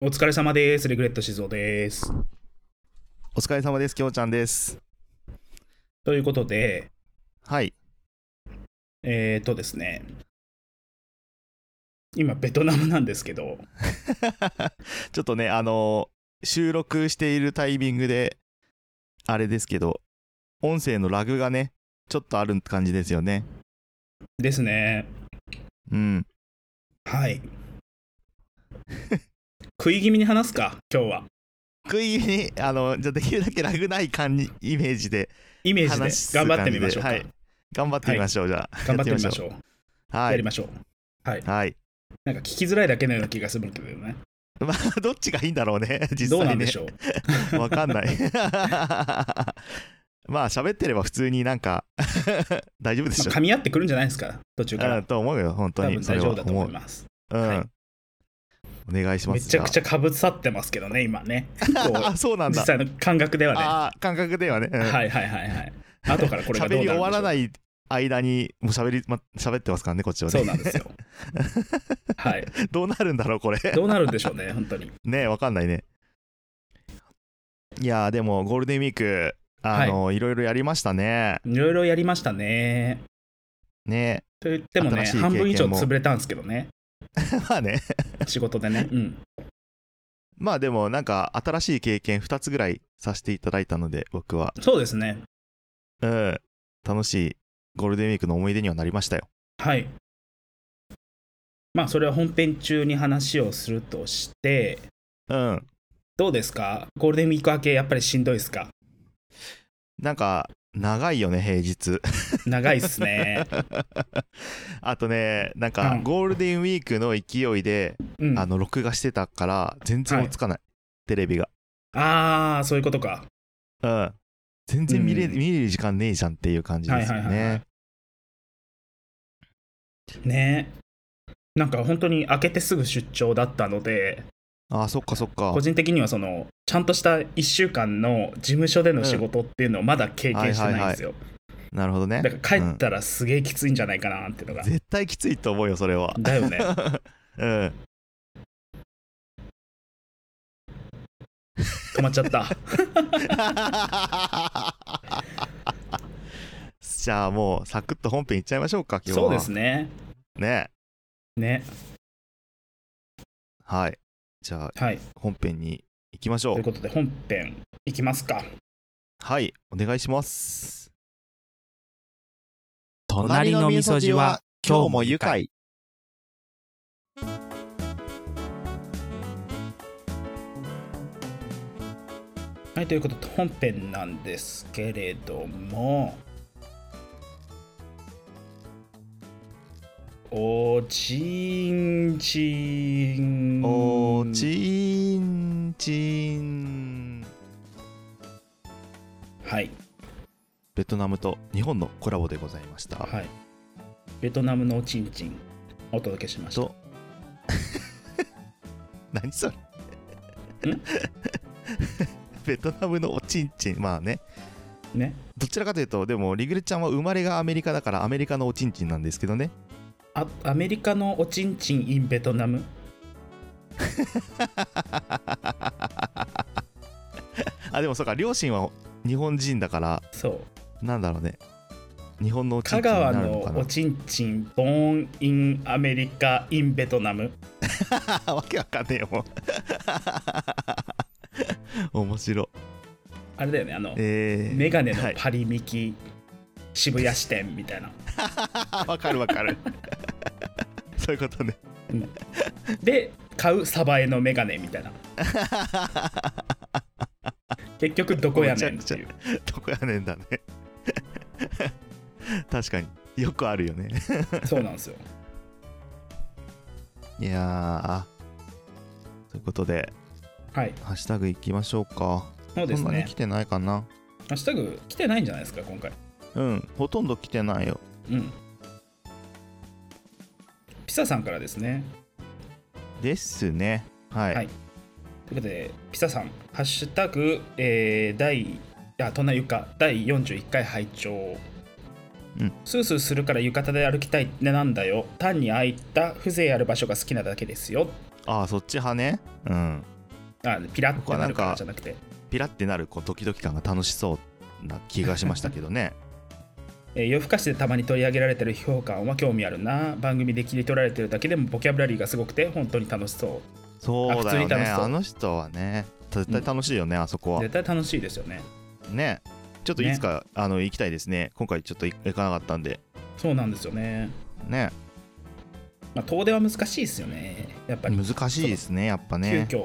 お疲れ様です。リグレット静雄です。 お疲れ様です。きょうちゃんです。 ということで、 はい。 ですね、今ベトナムなんですけどちょっとね、収録しているタイミングで、あれですけど、音声のラグがね、ちょっとある感じですよね。 ですね。 うん。 はい。食い気味に話すか、今日は。 食い気味に、じゃあできるだけラグないイメージでイメージで話す感じで頑張ってみましょうか。 はい。頑張ってみましょう、じゃあ。 頑張ってみましょう。 はい。 やりましょう。はい。 はい。 なんか聞きづらいだけのような気がするけどね。 まあ、どっちがいいんだろうね、実際ね。 どうなんでしょう。わかんない。まあ、喋ってれば普通になんか大丈夫でしょ。 噛み合ってくるんじゃないですか、途中から。 と思うよ、本当に。 多分大丈夫だと思います。 うん。 はい、 お願いします。 めちゃくちゃかぶさってますけどね、今ね。 あ、そうなんだ。 実際の感覚ではね。 感覚ではね。 はいはいはいはい。後からこれがどうなるんでしょう。 喋り終わらない間にもう喋ってますからね、こっちはね。 そうなんですよ。はい。 どうなるんだろう、これ。 どうなるんでしょうね、本当に。 ねえ、わかんないね。いやー、でもゴールデンウィーク、いろいろやりましたね。 いろいろやりましたね。 ねと言ってもね、半分以上潰れたんですけどね。 まあね。 仕事でね。うん。 まあでも、なんか新しい経験2つぐらいさせていただいたので、僕は。 そうですね。 うん。楽しいゴールデンウィークの思い出にはなりましたよ。 はい。まあ、それは本編中に話をするとして、 うん。 どうですか？ゴールデンウィーク明け、やっぱりしんどいですか？ なんか、長いよね、平日。 長いっすね。 あとね、なんか、ゴールデンウィークの勢いで、録画してたから、全然追いつかない、テレビが。 ああ、そういうことか。 うん。全然見れる時間ねえじゃんっていう感じですよね。 ねえ。なんか本当に明けてすぐ出張だったので、 ああ、そっかそっか。 個人的にはちゃんとした1週間の事務所での仕事っていうのをまだ経験してないんですよ。 なるほどね。 だから帰ったらすげえきついんじゃないかなっていうのが。 絶対きついと思うよ、それは。 だよね。 うん。 止まっちゃった。 じゃあもうサクッと本編いっちゃいましょうか、今日は。 そうですね。 ね。はい。じゃあ、本編に行きましょう。 ということで本編いきますか。 はい、お願いします。 隣のみそじは今日も愉快。 はい、ということで本編なんですけれども、おちんちん。 おちんちん。 はい。 ベトナムと日本のコラボでございました。 はい。ベトナムのおちんちんお届けしました。 何それ？ベトナムのおちんちん。まあね。どちらかというと、でもリグレちゃんは生まれがアメリカだからアメリカのおちんちんなんですけどね。 アメリカのおちんちん in ベトナム。 でもそうか、両親は日本人だから、 そうなんだろうね、日本のおちんちんになるのかな。 香川のおちんちん born in アメリカ in ベトナム。 わけわかんねえよもう。面白。 あれだよね、メガネのパリミキ、渋谷支店みたいな。 わかるわかる。そういうことね。 で買うサバエのメガネみたいな。結局どこやねんっていう。 どこやねんだね。確かによくあるよね。 そうなんですよ。 いやー、ということで、ハッシュタグいきましょうか。 そうですね。 そんなに来てないかな。 ハッシュタグ来てないんじゃないですか今回。 ほとんど来てないよ。 ピサさんからですね。 ですね。はい。 ということで、ピサさん、ハッシュタグ、第41回拝聴。スースーするから浴衣で歩きたいってなんだよ。単に空いた風情ある場所が好きなだけですよ。 そっち派ね。 ピラッとなるからじゃなくて、 ピラッてなるドキドキ感が楽しそうな気がしましたけどね。 夜更かしでたまに取り上げられてる評価は興味あるな。番組で切り取られてるだけでもボキャブラリーがすごくて本当に楽しそう。 そうだよね。あの人はね絶対楽しいよね、あそこは。 絶対楽しいですよね。 ね、ちょっといつか、行きたいですね。今回ちょっと行かなかったんで。 そうなんですよね。 ね、 遠出は難しいですよね、やっぱり。 難しいですね、やっぱね。 急遽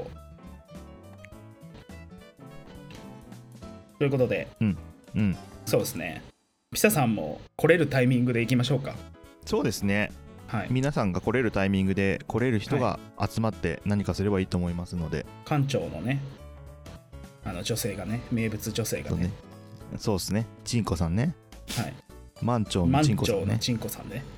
ということで、そうですね。ピサさんも来れるタイミングで行きましょうか。 そうですね、 はい、 皆さんが来れるタイミングで来れる人が集まって何かすればいいと思いますので、 館長のね、女性がね、名物女性がね、 そうですね、チンコさんね、 はい、 満潮のチンコさんね、 満潮のチンコさんね、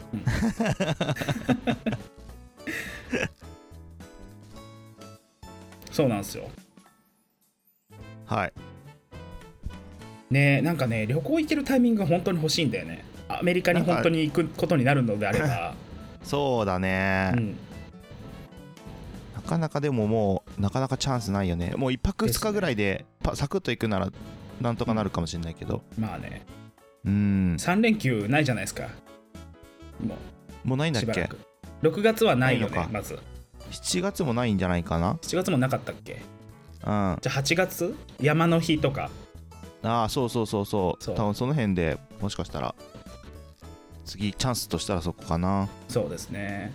そうなんですよ。 はいね、なんかね、旅行行けるタイミングが本当に欲しいんだよね。アメリカに本当に行くことになるのであれば。 そうだね、なかなかでももうなかなかチャンスないよね。もう1泊2日ぐらいでサクッと行くならなんとかなるかもしれないけど、 まあね、 3 連休ないじゃないですか。 もうないんだっけ。 6月はないよね。まず 7月もないんじゃないかな。 7月もなかったっけ。じゃあ8月山の日とか。 そう多分その辺でもしかしたら次チャンスとしたらそこかな。 そうですね。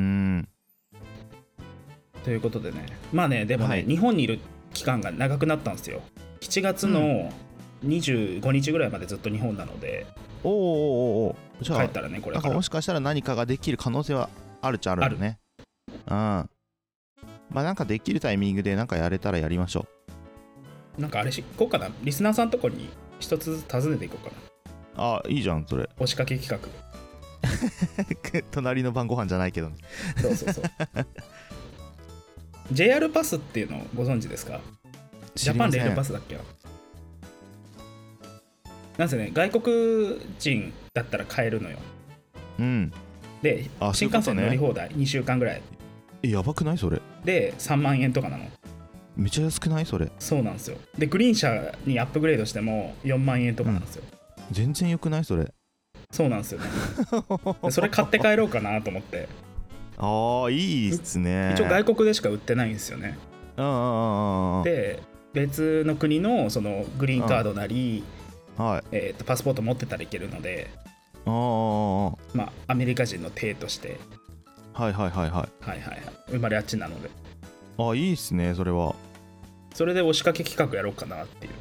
ということでね、まあね、でもね、日本にいる期間が長くなったんですよ。7月の25日ぐらいまでずっと日本なので、じゃあ帰ったらね、これからもしかしたら何かができる可能性はあるっちゃあるよね。まあなんかできるタイミングでなんかやれたらやりましょう。 なんかあれしこうかな、リスナーさんのとこに一つずつ訪ねていこうかな。いいじゃんそれ。 押しかけ企画隣の晩ご飯じゃないけどね。 そうJR パスっていうのをご存知ですか。ジャパンレールパスだっけ。なんせね、外国人だったら買えるのよ。で、新幹線乗り放題2週間ぐらい。 やばくないそれ。 で3万円とかなの。めっちゃ安くないそれ。 そうなんですよ。でグリーン車にアップグレードしても4万円とかなんですよ。 全然よくないそれ。そうなんですよね。それ買って帰ろうかなと思って。 いいっすね。 一応外国でしか売ってないんですよね。で別の国のそのグリーンカードなり、パスポート持ってたらいけるので、まあアメリカ人の体として生まれあっちなので、 いいっすねそれは。 それで押しかけ企画やろうかなっていう。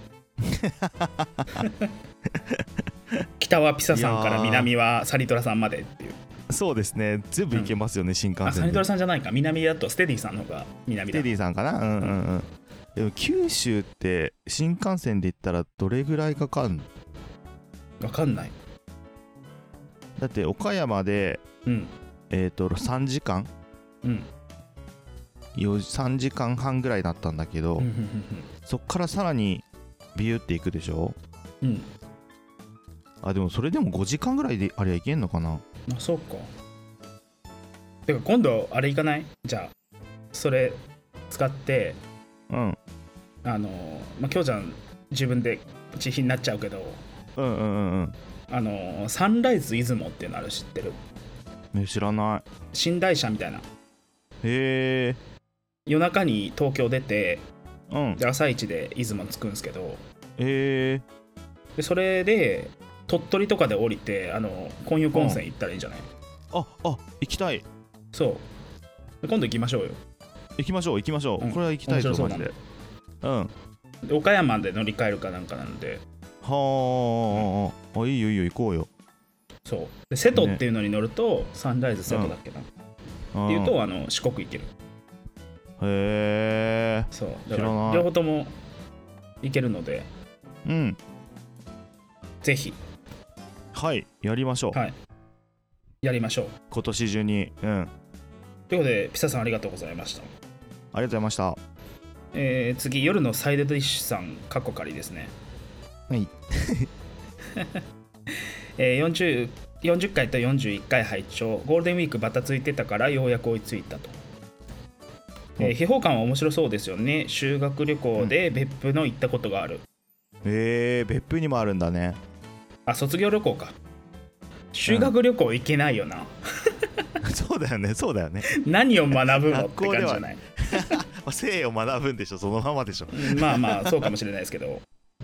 北はピサさんから南はサリトラさんまでっていう。 そうですね、全部行けますよね、新幹線で。 サリトラさんじゃないか、南だとステディさんの方が南だ。 ステディさんかな。でも九州って新幹線で行ったらどれぐらいかかるの？ 分かんない。 だって岡山で、3時間、3時間半ぐらいだったんだけど、そっからさらにビューっていくでしょ。でもそれでも5時間ぐらいであれはいけんのかな。 そうか。てか今度あれ行かない？じゃあそれ使って今日じゃん自分で自費になっちゃうけど、サンライズ出雲っていうのある、知ってる？ 知らない。 寝台車みたいな。 へえ。 夜中に東京出て、で朝一で出雲着くんですけど、でそれで鳥取とかで降りて混浴温泉行ったらいいんじゃない？ 行きたい。 そう今度行きましょうよ。 行きましょう、これは行きたいとマジで。 で岡山で乗り換えるかなんかなんで。 いいよ行こうよ。 そうで瀬戸っていうのに乗ると、サンライズ瀬戸だっけな、っていうと四国行ける。 へえ。 そうだから両方とも行けるので、ぜひやりましょう。 やりましょう今年中に。ということでピサさんありがとうございました。 ありがとうございました。 次夜のサイドディッシュさんカッコ仮ですね。40回と41回拝聴。ゴールデンウィークバタついてたからようやく追いついたと。 秘宝館は面白そうですよね。修学旅行で別府の行ったことがある。 別府にもあるんだね。 あ、卒業旅行か。修学旅行行けないよな、 そうだよね、そうだよね。 何を学ぶのって感じじゃない。 性を学ぶんでしょ、そのままでしょ。 まあまあそうかもしれないですけど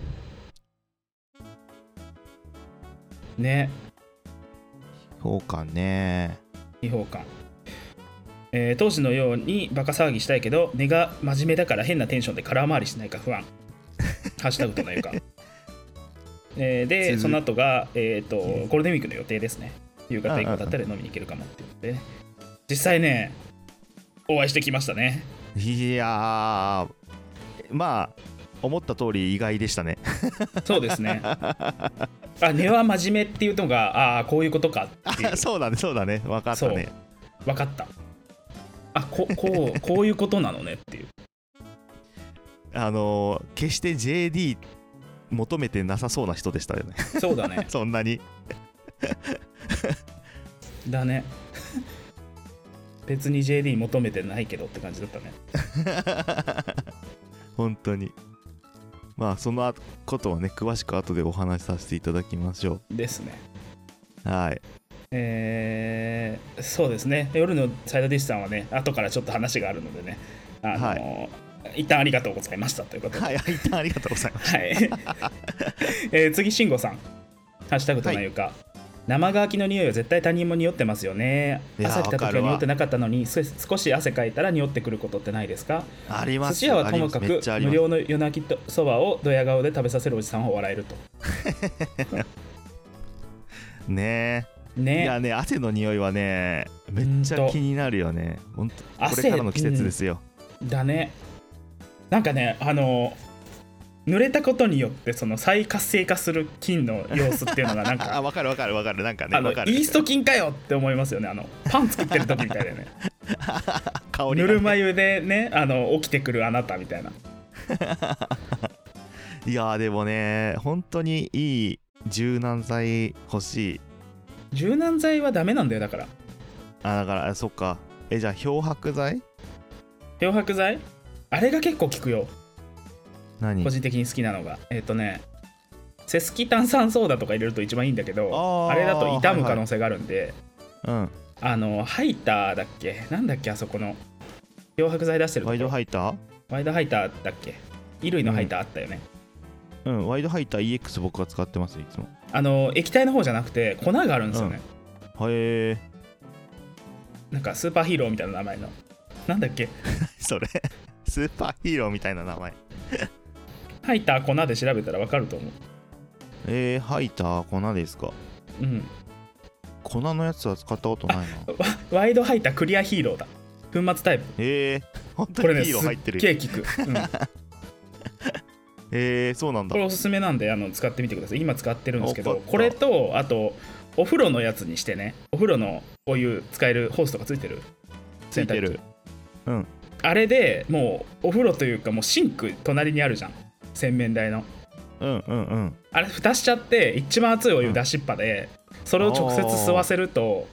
ね。 そうかね。 秘宝館、当時のようにバカ騒ぎしたいけど根が真面目だから変なテンションで空回りしないか不安。ハッシュタグというかでその後が、ゴールデンウィークの予定ですね。夕方以降だったら飲みに行けるかもっていうので、実際ねお会いしてきましたね。 いやまあ思った通り意外でしたね。 そうですね。根は真面目っていうのがこういうことかっていう。 そうだねそうだね、分かったね。 分かった。こういうことなのねっていう。 決して JD 求めてなさそうな人でしたよね。 そうだね。 そんなにだね。別に JD 求めてないけどって感じだったね。 本当に。まあそのことはね詳しく後でお話しさせていただきましょうですね。 はい。 そうですね。夜のサイドディッシュさんはね後からちょっと話があるのでね、一旦ありがとうございましたということで。 一旦ありがとうございました。 次慎吾さん、ハッシュタグというか、生乾きの匂いは絶対他人も匂ってますよね。朝来た時は匂ってなかったのに少し汗かいたら匂ってくることってないですか？ あります。 寿司屋はともかく無料の夜泣きそばをドヤ顔で食べさせるおじさんを笑えると。 ねえ。いやね、汗の匂いはねめっちゃ気になるよね。本当これからの季節ですよ。 だね。なんかね濡れたことによってその再活性化する菌の様子っていうのがなんかわかるなんかねイースト菌かよって思いますよね。パン作ってる時みたいだよね。 香りがね、 ぬるま湯でね起きてくるあなたみたいな。 いやでもね本当にいい柔軟剤欲しい。 柔軟剤はダメなんだよ。だからだからそっか。じゃあ漂白剤あれが結構効くよ。 何個人的に好きなのがセスキ炭酸ソーダとか入れると一番いいんだけど、あれだと傷む可能性があるんで、ハイターだっけなんだっけ、あそこの漂白剤出してるところ。 ワイドハイターだっけ。衣類のハイターあったよね。 ワイドハイター EX 僕は使ってますいつも。 液体の方じゃなくて粉があるんですよね。 へえ。 なんかスーパーヒーローみたいな名前のなんだっけそれスーパーヒーローみたいな名前。 ハイター粉で調べたら分かると思う。 ハイター粉ですか。粉のやつは使ったことないな。 ワイドハイタークリアヒーローだ。粉末タイプ。 本当にヒーロー入ってる。 これねすっげえ効く。そうなんだ。 これおすすめなんで使ってみてください。今使ってるんですけど、これとあとお風呂のやつにしてね。お風呂のお湯使えるホースとかついてる。 ついてる。 あれでもうお風呂というかもうシンク隣にあるじゃん、洗面台の。あれ蓋しちゃって一番熱いお湯出しっぱで、それを直接吸わせると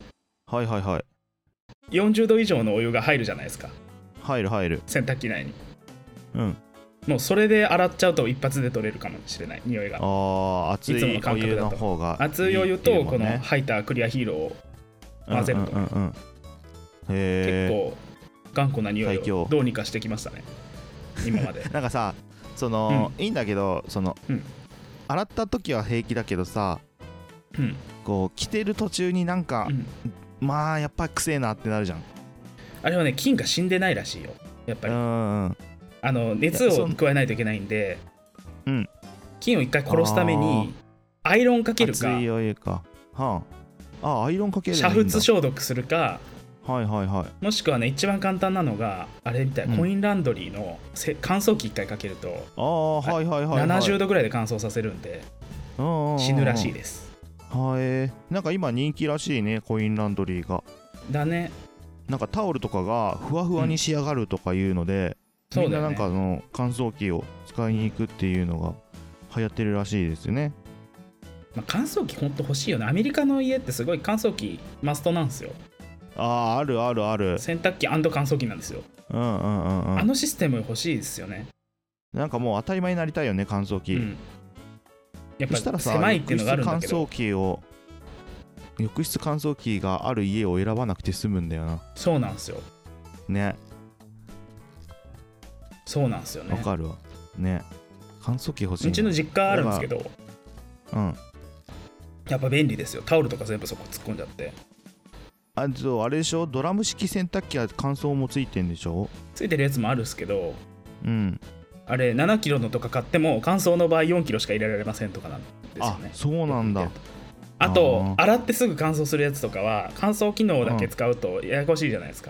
40度以上のお湯が入るじゃないですか。 入る洗濯機内に。もうそれで洗っちゃうと一発で取れるかもしれない、匂いが。 熱いお湯の方が熱いお湯とこのハイタークリアヒーローを混ぜると、結構頑固な匂いをどうにかしてきましたね今まで。 なんかさいいんだけど洗った時は平気だけどさ、こう着てる途中になんか、まあやっぱりくせえなってなるじゃん。 あれはね菌が死んでないらしいよやっぱり。熱を加えないといけないんで、菌を一回殺すためにアイロンかけるか、 熱いお湯か、アイロンかける。 煮沸消毒するか、もしくはね一番簡単なのがあれみたいな、コインランドリーの乾燥機1回かけると70度ぐらいで乾燥させるんで死ぬらしいです。 なんか今人気らしいね、コインランドリーが。 だね。 なんかタオルとかがふわふわに仕上がるとかいうので、みんななんか乾燥機を使いに行くっていうのが流行ってるらしいですよね。 乾燥機ほんと欲しいよね。アメリカの家ってすごい乾燥機マストなんですよ。 ある。 洗濯機&乾燥機なんですよ。 あのシステム欲しいですよね。 なんかもう当たり前になりたいよね、乾燥機。 やっぱ狭いっていうのがあるんだけど、 浴室乾燥機がある家を選ばなくて済むんだよな。 そうなんですよね。 そうなんですよね。 わかるわね。乾燥機欲しい。 うちの実家あるんですけど、やっぱ便利ですよ。タオルとか全部そこ突っ込んじゃって。 あれでしょ、ドラム式洗濯機は乾燥もついてんでしょ。 ついてるやつもあるんですけど、あれ7キロのとか買っても乾燥の場合4キロしか入れられませんとかなんですよね。 あ、そうなんだ。 あと洗ってすぐ乾燥するやつとかは乾燥機能だけ使うとややこしいじゃないですか。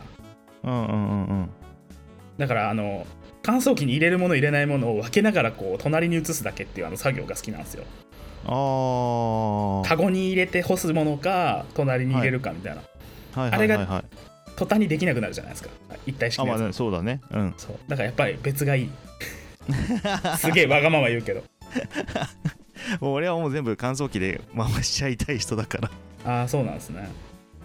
だから乾燥機に入れるもの入れないものを分けながらこう隣に移すだけっていう作業が好きなんですよ。カゴに入れて干すものか隣に入れるかみたいな、あれが途端にできなくなるじゃないですか、一体式のやつ。 まあ、そうだね。 そうだからやっぱり別がいいすげえわがまま言うけどもう俺はもう全部乾燥機で回しちゃいたい人だから。 ああ、そうなんですね。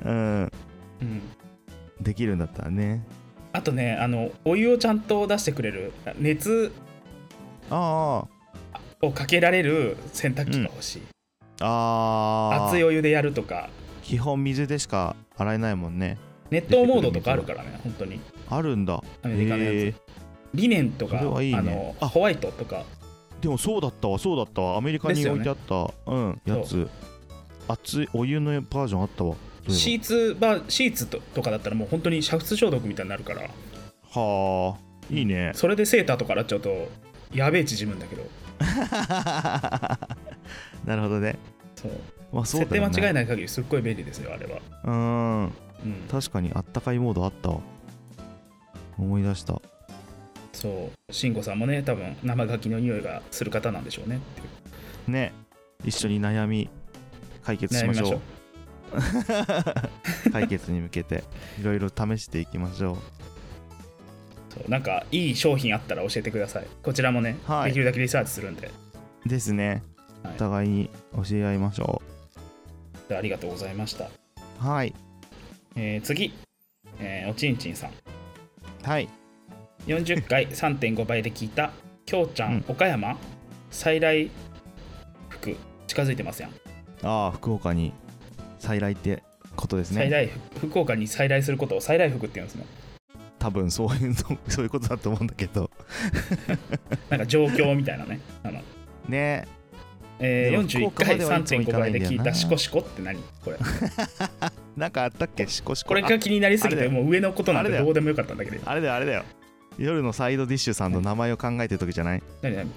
できるんだったらね。 あとね、お湯をちゃんと出してくれる熱をかけられる洗濯機が欲しい。熱いお湯でやるとか。 基本水でしか洗えないもんね。 熱湯モードとかあるからね、本当に。 あるんだ。 アメリカのやつ。リネンとかいい、ね、 ホワイトとか。 でもそうだったわ。アメリカに置いてあった、やつ。熱いお湯のバージョンあったわ。 シーツとかだったらもう本当に煮沸消毒みたいになるから。 はあ、いいね。 それでセーターとか洗っちゃうとやべえ縮むんだけどなるほどね。 そう、 まあ、そうだよね、設定間違いない限りすっごい便利ですよ、あれは。 確かにあったかいモードあったわ。思い出した。 そう、慎吾さんもね、多分生牡蠣の匂いがする方なんでしょうねっていうね。一緒に悩み解決しましょう。解決に向けていろいろ試していきましょう。 そうなんかいい商品あったら教えてください。こちらもね、できるだけリサーチするんでですね、お互いに教え合いましょう。ありがとうございました。 はい、 次、おちんちんさん。 はい。 40回 3.5 倍で聞いたきょうちゃん、岡山再来福近づいてますやん。 福岡に再来ってことですね。 福岡に再来することを再来福って言うんですね。 多分そういうことだと思うんだけどなんか状況みたいなね。 ね 41回 3.5 倍で聞いたシコシコって何これなんかあったっけ、シコシコ。 これが気になりすぎてもう上のことなんてどうでもよかったんだけど。 あれだよ夜のサイドディッシュさんの名前を考えてる時じゃない？ 何違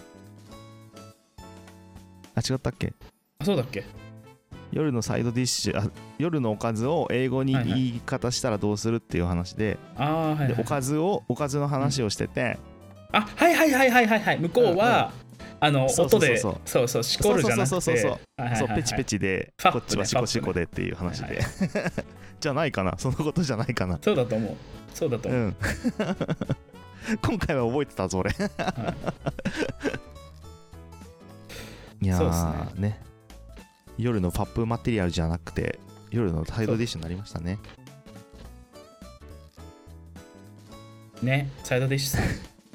ったっけ？ そうだっけ？ 夜のサイドディッシュ、夜のおかずを英語に言い方したらどうするっていう話で、でおかずの話をしてて、 はい向こうは音でそうしこるじゃなくて、そうペチペチでこっちはシコシコでっていう話でじゃないかな、そのことじゃないかな。 そうだと思う。 今回は覚えてたぞ俺。いやーね、夜のファップマテリアルじゃなくて夜のサイドディッシュになりましたね。 ね、サイドディッシュさん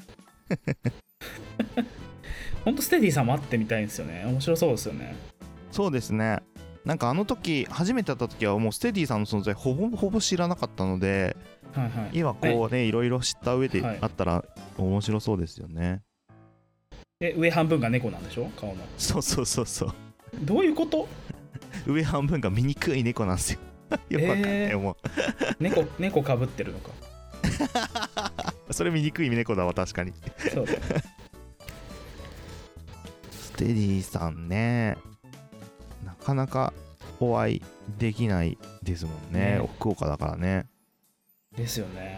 ほんとステディさんも会ってみたいんですよね。面白そうですよね。 そうですね。なんか時初めて会った時はもうステディさんの存在ほぼ知らなかったので、今こうねいろいろ知った上であったら面白そうですよね。 上半分が猫なんでしょ、顔の。 そうどういうこと？ 上半分が醜い猫なんですよ。よくわかんないもう猫かぶってるのかそれ醜い猫だわ、確かに。 そうだよステディさんね、なかなかお会いできないですもんね。福岡だからね。 ですよね。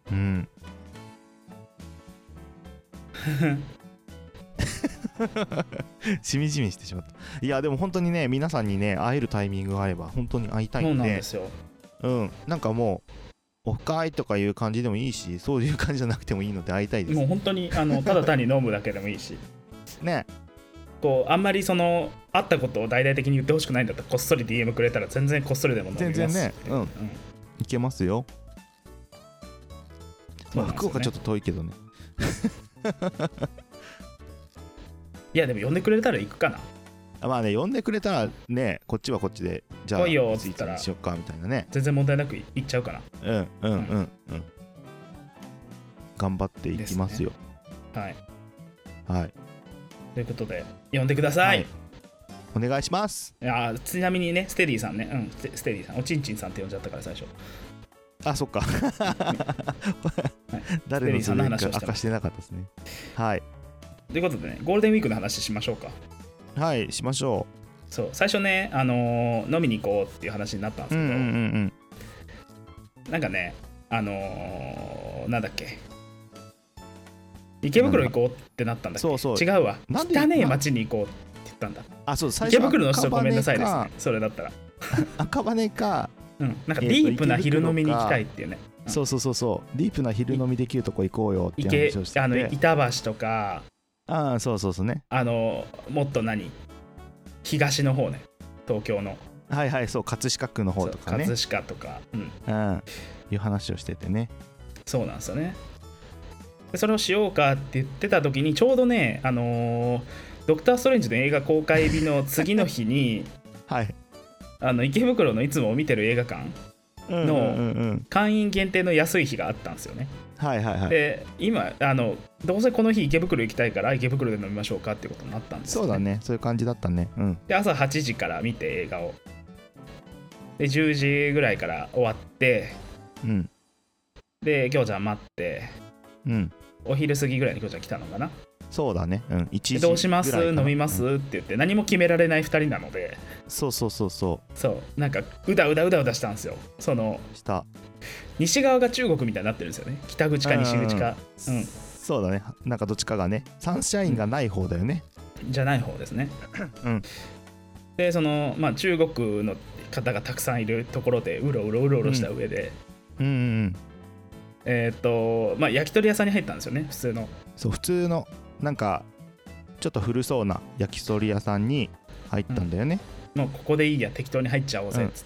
しみじみしてしまった。いやでも本当にね、皆さんにね会えるタイミングがあれば本当に会いたいんで。 そうなんですよ。 なんかもうオフ会とかいう感じでもいいし、そういう感じじゃなくてもいいので会いたいです。 もう本当にただ単に飲むだけでもいいしね、 こうあんまり会ったことを大々的に言ってほしくないんだったらこっそり DM くれたら全然こっそりでも飲みます。 全然ね、いけますよ。 まあ、福岡ちょっと遠いけどねいやでも呼んでくれたら行くかな。 まあね、呼んでくれたらね、こっちはこっちでじゃあ来いよっついつつったらにしよっかみたいなね。 全然問題なく行っちゃうかな。 頑張っていきますよ。 はいはい。 ということで呼んでください。 はい、お願いします。 いやちなみにね、ステディさんね、ステディさん、おちんちんさんって呼んじゃったから最初。 あ、そっか。誰のそれか明かしてなかったですね。はい。 ということでね、ゴールデンウィークの話しましょうか。 はい、しましょう。そう、最初ね、飲みに行こうっていう話になったんですけど、なんかね、なんだっけ、池袋行こうってなったんだっけ。そう違うわ。汚ねえ街に行こうって言ったんだ。 あ、そう、最初池袋の人ごめんなさいですね。それだったら。 赤羽か。 なんかディープな昼飲みに行きたいっていうね。 そうディープな昼飲みできるとこ行こうよって話をしてて、 板橋とか、 そうね、 もっと東の方ね、東京の、 はいはい、そう、葛飾区の方とかね、 葛飾とか、 いう話をしててね。 そうなんですよね。でそれをしようかって言ってた時にちょうどね、ドクターストレンジの映画公開日の次の日にはい池袋のいつも見てる映画館の会員限定の安い日があったんですよね。 はいはいはい。 で今どうせこの日池袋行きたいから池袋で飲みましょうかっていうことになったんですよね。 そうだね、そういう感じだったね。 で朝8時から見て映画をで10時ぐらいから終わって、できょうちゃん待って、お昼過ぎぐらいにきょうちゃん来たのかな。 そうだね、1時どうします飲みます、って言って何も決められない2人なので、 そうなんかうだうだしたんですよ。西側が中国みたいになってるんですよね。北口か西口か、 そうだね、なんかどっちかがね、サンシャインがない方だよね、 じゃない方ですね。で中国の方がたくさんいるところでうろうろした上で、焼き鳥屋さんに入ったんですよね。 普通のなんかちょっと古そうな焼き鳥屋さんに入ったんだよね。 もうここでいいや、適当に入っちゃおうぜっつって、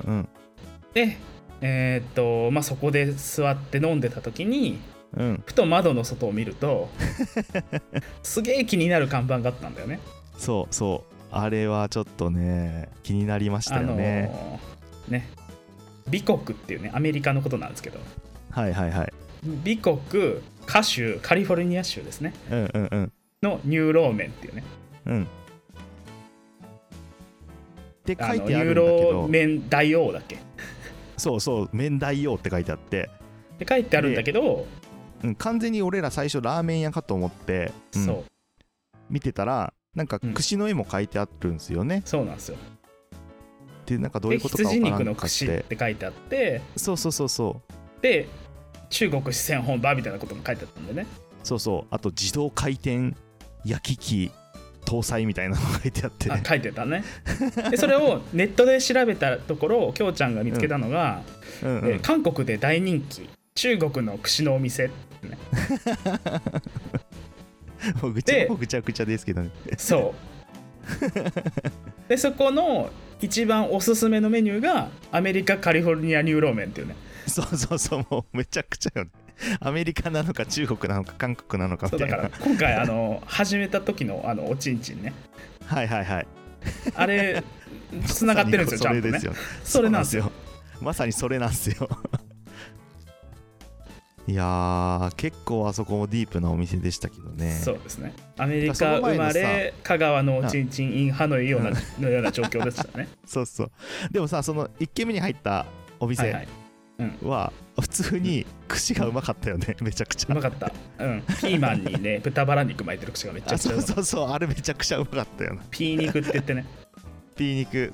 でそこで座って飲んでた時に、ふと窓の外を見るとすげえ気になる看板があったんだよね。 そうあれはちょっとね気になりましたよね。 美国っていうね、アメリカのことなんですけど、美国歌州カリフォルニア州ですね、のニューローメンっていうね、 って書いてあるんだけど、 ニューローメン大王だっけ。 そう麺大王って書いてあってで書いてあるんだけど、 完全に俺ら最初ラーメン屋かと思って、見てたらなんか串の絵も書いてあるんですよね。 そうなんですよ。 でなんかどういうことか分からんかって、羊肉の串って書いてあって、で中国四川本場みたいなことも書いてあったんでね。 あと自動回転焼き機搭載みたいなのが書いてあって、 書いてたね。でそれをネットで調べたところ、きょうちゃんが見つけたのが、韓国で大人気中国の串のお店ってね。 もうぐちゃぐちゃですけどね。 でそこの一番おすすめのメニューがアメリカカリフォルニアニューローメンっていうね。 もうめちゃくちゃよね。アメリカなのか中国なのか韓国なのかみたいな。 だから今回始めた時のおちんちんね。あれつながってるんですよ、ちゃんとね。それなんですよ。 まさにそれなんですよ。いやー結構あそこもディープなお店でしたけどね。 そうですね。アメリカ生まれ香川のおちんちんインハのような状況でしたね。 でもさ、その1軒目に入ったお店は普通に串がうまかったよね。めちゃくちゃうまかった。ピーマンにね豚バラ肉巻いてる串がめちゃくちゃうまかった。 あれめちゃくちゃうまかったよな。 ピー肉って言ってね。 ピー肉、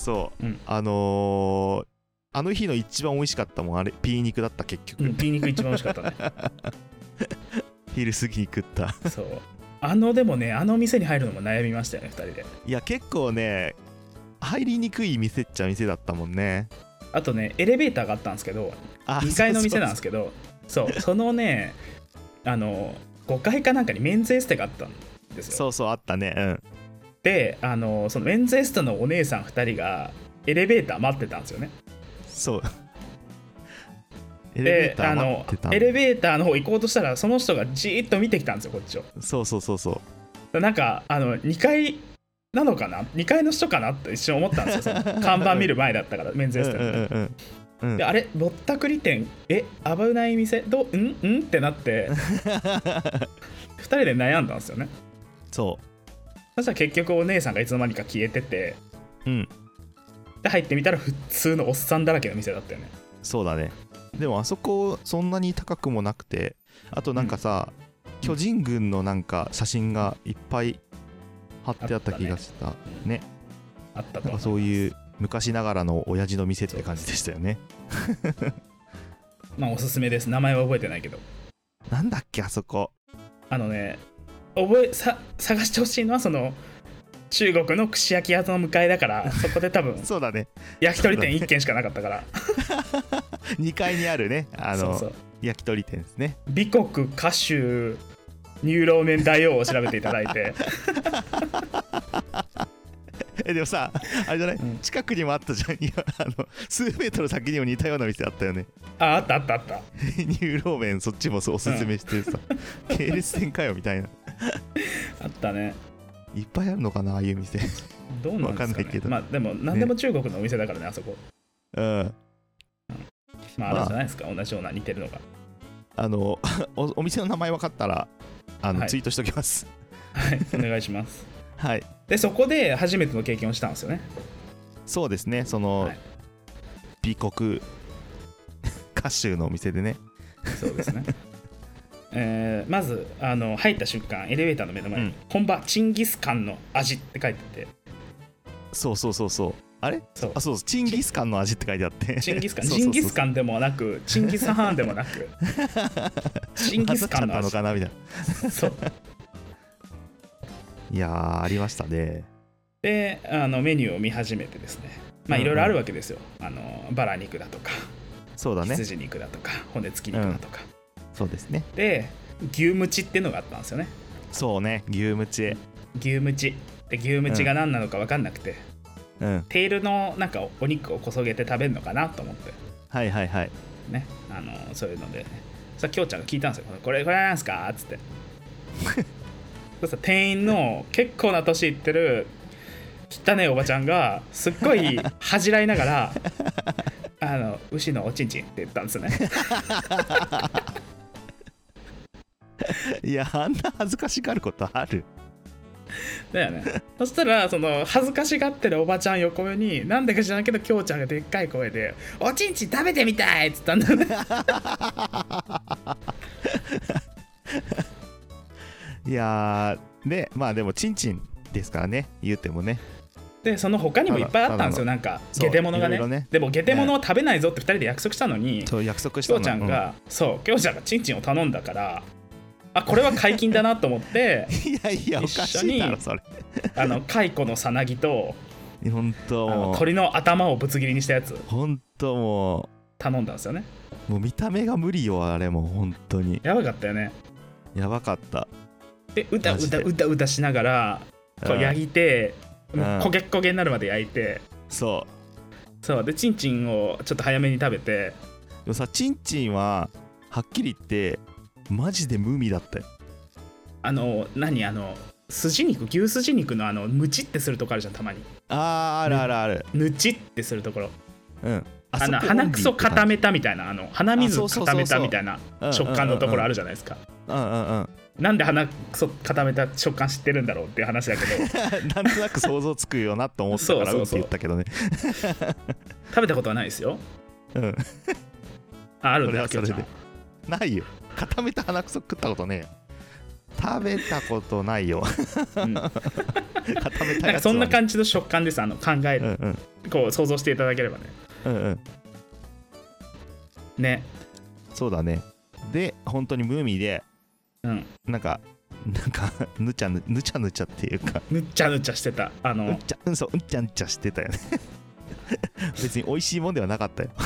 あの日の一番美味しかったもん、あれピー肉だった。結局、 ピー肉一番美味しかったね。 昼過ぎに食った。 でもね、店に入るのも悩みましたよね、2人で。 いや結構ね入りにくい店っちゃ店だったもんね。 あとね、エレベーターがあったんですけど、2階の店なんですけど、そのね5階かなんかにメンズエステがあったんですよ。 あったね。 でそのメンズエステのお姉さん2人がエレベーター待ってたんですよね。 でエレベーターの方行こうとしたらその人がじーっと見てきたんですよこっちを。 そうなんか2階なのかな、2階の人かなって一瞬思ったんですよ。その看板見る前だったからメンズエステの、であれぼったくり店危ない店んってなって2人で悩んだんですよね。そしたら結局お姉さんがいつの間にか消えてて、で入ってみたら普通のおっさんだらけの店だったよね。 そうだね。でもあそこそんなに高くもなくて、あとなんかさ、巨人軍のなんか写真がいっぱい貼ってあった気がしたね。 あったと。 なんかそういう昔ながらの親父の店って感じでしたよね。 まあおすすめです。名前は覚えてないけど。 なんだっけあそこ。 探してほしいのはその中国の串焼き屋の向かいだから、そこで多分そうだね。 焼き鳥店1軒しかなかったから。 2階にあるねそう焼き鳥店ですね。 美国歌手乳老麺大王を調べていただいて。 でもさあれじゃない、近くにもあったじゃん。数メートル先にも似たような店あったよね。 あった乳老麺そっちもおすすめしてるさ、系列店かよみたいな。 あったね。 いっぱいあるのかなああいう店。 どうなんですかね。わかんないけど、まあでも何でも中国のお店だからねあそこ。まああるんじゃないですか、同じような似てるのが。 お店の名前分かったらツイートしておきます。 はいお願いします。 はい。 でそこで初めての経験をしたんですよね。 そうですね。その、美国歌手のお店でね。 そうですね。まず入った瞬間エレベーターの目の前に、本場チンギスカンの味って書いてて。 そうあれそうチンギスカンの味って書いてあって。 チンギスカンジンギスカンでもなくチンギスハーンでもなくチンギスカンの味のかなみたいな。 そういやありましたね。 でメニューを見始めてですね、まあいろいろあるわけですよ。バラ肉だとか、 そうだね、 羊肉だとか骨付き肉だとか、 そうですね。 で牛ムチっていうのがあったんですよね。 そうね、牛ムチで牛ムチが何なのか分かんなくて、テールのなんかお肉をこそげて食べるのかなと思って、 はいね、そういうので、さきょうちゃんが聞いたんですよ。これなんすかっつって。そしたら店員の結構な年いってる汚ねおばちゃんがすっごい恥じらいながら牛のおちんちんって言ったんですよね。 いやあんな恥ずかしがることある？ だよね。そしたらその恥ずかしがってるおばちゃん横目になんでか知らんけどきょうちゃんがでっかい声でおちんちん食べてみたいっつったんだよね。 いやでまあでもチンチンですからね、言うてもね。 でその他にもいっぱいあったんですよ。なんかゲテモノが ね。でもゲテモノを食べないぞって2人で約束したのに、 そう約束したの。 きょうちゃんが、きょうちゃんがチンチンを頼んだから、これは解禁だなと思っていやおかしいだろそれ。 蚕のさなぎと本当鳥の頭をぶつ切りにしたやつ本当もう頼んだんですよね。 もう見た目が無理よあれ。もう本当にやばかったよね。 やばかった。 でうだうしながらこう焼いて、焦げっ焦げになるまで焼いて、そうでチンチンをちょっと早めに食べて。でもさチンチンははっきり言ってマジで無味だったよ。 筋肉、牛すじ肉のムチってするとこあるじゃんたまに。 あるムチってするところ、鼻くそ固めたみたいな鼻水固めたみたいな食感のところあるじゃないですか。なんで鼻くそ固めた食感知ってるんだろうっていう話だけどなんとなく想像つくよなと思ったからって言ったけどね。 食べたことはないですよ。あるんだよ。 それでないよ。固めた鼻くそ食ったことねえよ。食べたことないよ。固めたやつは、 そんな感じの食感です。考える、こう想像していただければね。ね。 そうだね。で本当に無味で、なんかぬちゃっていうかぬっちゃしてた。 うんちゃしてたよね。別に美味しいもんではなかったよ。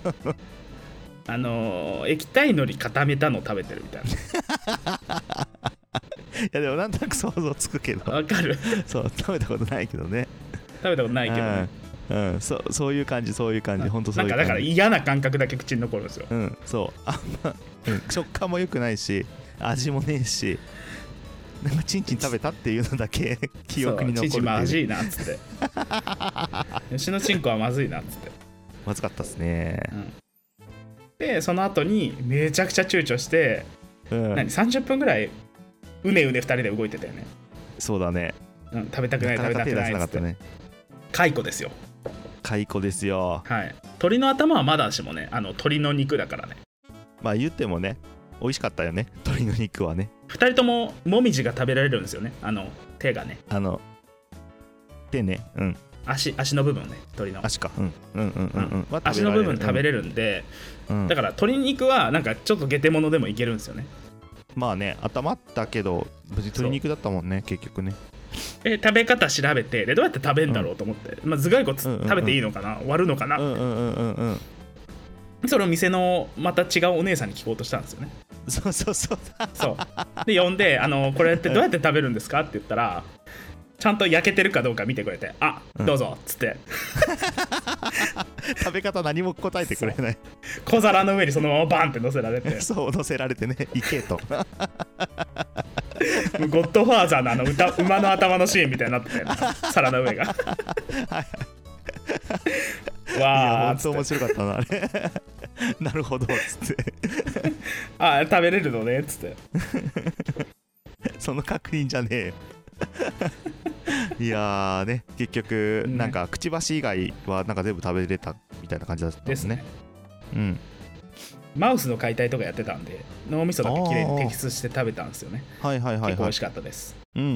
液体海苔固めたの食べてるみたいな。 いやでもなんとなく想像つくけど。 わかる。 そう食べたことないけどね。 食べたことないけどね。 そういう感じ本当そういう感じ。 なんかだから嫌な感覚だけ口に残るんですよ。 そう食感も良くないし味もねえし、なんかチンチン食べたっていうのだけ記憶に残るっていう。 チンチンまずいなっつって牛のチンコはまずいなっつってまずかったっすね、 でその後にめちゃくちゃ躊躇して、30分ぐらいうね2人で動いてたよね。 そうだね、 食べたくない食べたくないっつって。蚕ですよ。 蚕ですよ。 はい。鶏の頭はまだしもね、鶏の肉だからね。 まあ言ってもね、美味しかったよね、鶏の肉はね。 2人とももみじが食べられるんですよね。手がね。 手ね、 足の部分ね、鶏の。 足か。 足の部分食べれるんで、だから鶏肉はなんかちょっとゲテモノでもいけるんですよね。 まあね、頭だけど別に鶏肉だったもんね、結局ね。 食べ方調べて、でどうやって食べるんだろうと思って、頭蓋骨食べていいのかな、割るのかなって、それを店のまた違うお姉さんに聞こうとしたんですよね。そうで呼んでこれってどうやって食べるんですかって言ったら、ちゃんと焼けてるかどうか見てくれて、どうぞっつって食べ方何も答えてくれない。 小皿の上にそのままバンって乗せられて乗せられてね、行けとゴッドファーザーの馬の頭のシーンみたいになってた皿の上がわー、本当面白かったなあれなるほどっつって食べれるのねっつってその確認じゃねえよいやーね、結局なんかくちばし以外はなんか全部食べれたみたいな感じだったんですね。 マウスの解体とかやってたんで、脳みそだけきれいに摘出して食べたんですよね。結構美味しかったです。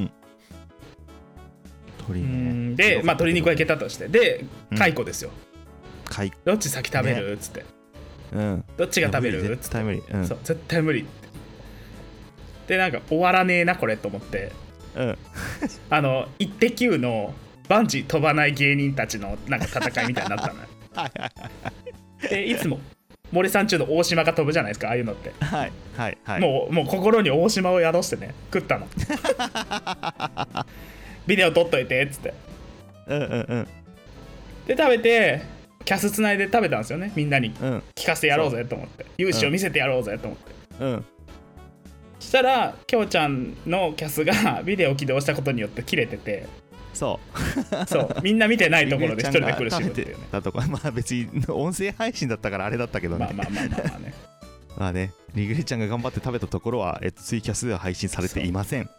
鶏ね。 で、鶏肉はいけたとして、で蚕ですよ。どっち先食べるっつって、どっちが食べるっつって、 絶対無理。 そう絶対無理ってで、なんか終わらねえなこれと思って、イッテ Q のバンジー飛ばない芸人たちのなんか戦いみたいになったのよでいつも森さん中の大島が飛ぶじゃないですか、ああいうのって。もう心に大島を宿してね、食ったのビデオ撮っといてっつって、で食べてキャスつないで食べたんですよね。みんなに聞かせてやろうぜと思って、勇姿を見せてやろうぜと思って、そしたらきょうちゃんのキャスがビデオ起動したことによって切れてて、そうみんな見てないところで一人で苦しむっていうね。 だとか、まあ別に音声配信だったからあれだったけどね。まあね、リグレちゃんが頑張って食べたところは、ツイキャスでは配信されていません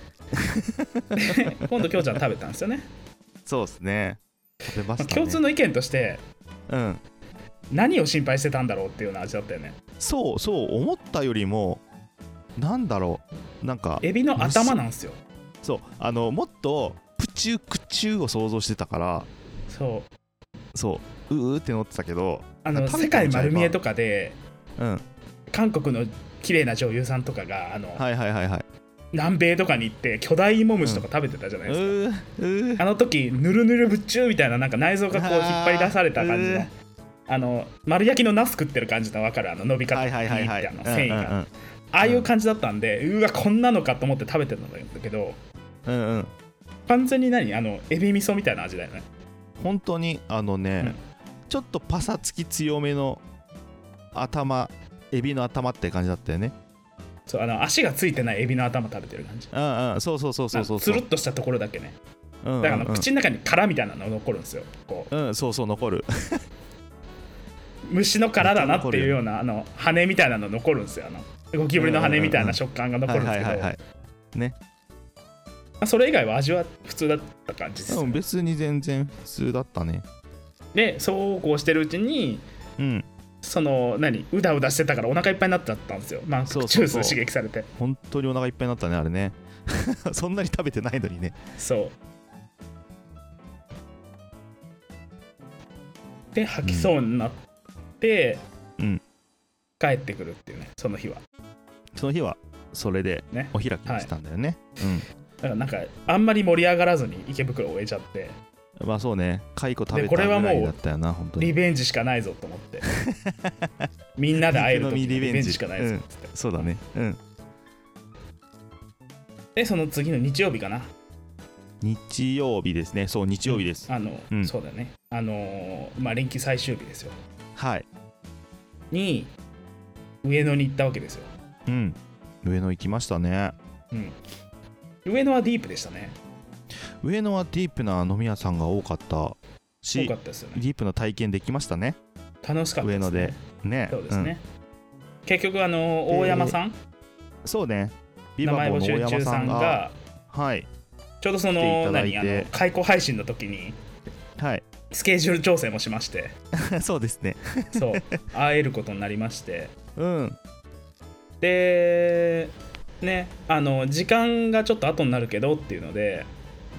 今度きょうちゃん食べたんですよね。 そうですね、食べましたね。 共通の意見として、何を心配してたんだろうっていうような味だったよね。 そう思ったよりもなんだろう、なんかエビの頭なんですよ。 もっとプチュクチュを想像してたから、うって乗ってたけど、 世界丸見えとかで、韓国の綺麗な女優さんとかが南米とかに行って巨大イモムシとか食べてたじゃないですか。あの時ぬるぬるぶっちゅうみたいな、なんか内臓がこう引っ張り出された感じの、丸焼きのナス食ってる感じの分かる、伸び方みたいな繊維が、ああいう感じだったんで、うわこんなのかと思って食べてたんだけど、完全にエビ味噌みたいな味だよね。 本当にちょっとパサつき強めのエビの頭って感じだったよね。 足がついてないエビの頭食べてる感じ。 そうつるっとしたところだけね。だから口の中に殻みたいなの残るんですよ。 残る虫の殻だなっていうような羽みたいなの残るんですよ。ゴキブリの羽みたいな食感が残るんですけどね。それ以外は味は普通だった感じです。 別に全然普通だったね。 でそうこうしてるうちに、うだうだしてたからお腹いっぱいになっちゃったんですよ。ジュース刺激されて本当にお腹いっぱいになったね、あれねそんなに食べてないのにね。 で吐きそうになって、帰ってくるっていうね。その日はそれでお開きにしたんだよね。 だからなんかあんまり盛り上がらずに池袋を終えちゃって、 そうね、蚕食べたぐらいだったよな。本当にリベンジしかないぞと思ってみんなで会えるとリベンジしかないぞって。 そうだね。 でその次の日曜日かな。 日曜日ですね。日曜日です。 そうだね。 連休最終日ですよ。 はい。 に上野に行ったわけですよ。 うん。上野行きましたね。 うん。上野はディープでしたね。 上野はディープな飲み屋さんが多かったし、 多かったですよね。 ディープな体験できましたね。 楽しかったですね。 上野でね。 そうですね。結局大山さん、 そうね。ビ名前募集中さんが、 はい。 ちょうど開講配信の時に、 はい。 スケジュール調整もしましてそうですね。 そう会えることになりまして、 うん。 でね、時間がちょっと後になるけどっていうので、 うん。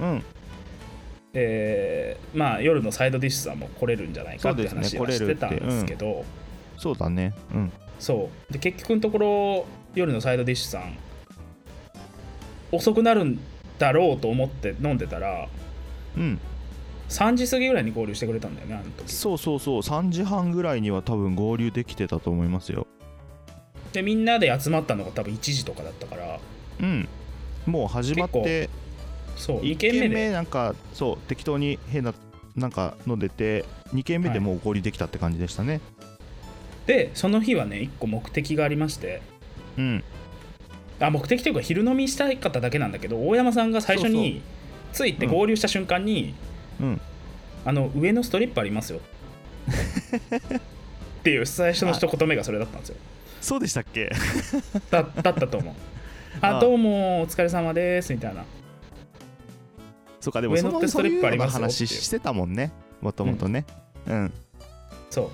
夜のサイドディッシュさんも来れるんじゃないかって話はしてたんですけど、 そうだね。うん。 そうで結局のところ夜のサイドディッシュさん遅くなるんだろうと思って飲んでたら、 うん、 3時過ぎぐらいに合流してくれたんだよね、あの時。 そう3時半ぐらいには多分合流できてたと思いますよ。 でみんなで集まったのが多分1時とかだったから、 うん、もう始まってそう 1軒目なんかそう適当に変ななんか飲んでて2軒目でもう合流できたって感じでしたね。 でその日はね1個目的がありまして、 うん、 目的というか昼飲みしたい方だけなんだけど、大山さんが最初に着いて合流した瞬間に、上のストリップありますよっていう最初の一言目がそれだったんですよ。 そうでしたっけだったと思う。どうもお疲れ様ですみたいな。 そうか、でも上のってストリップありますよ話してたもんね、もともとね。 そう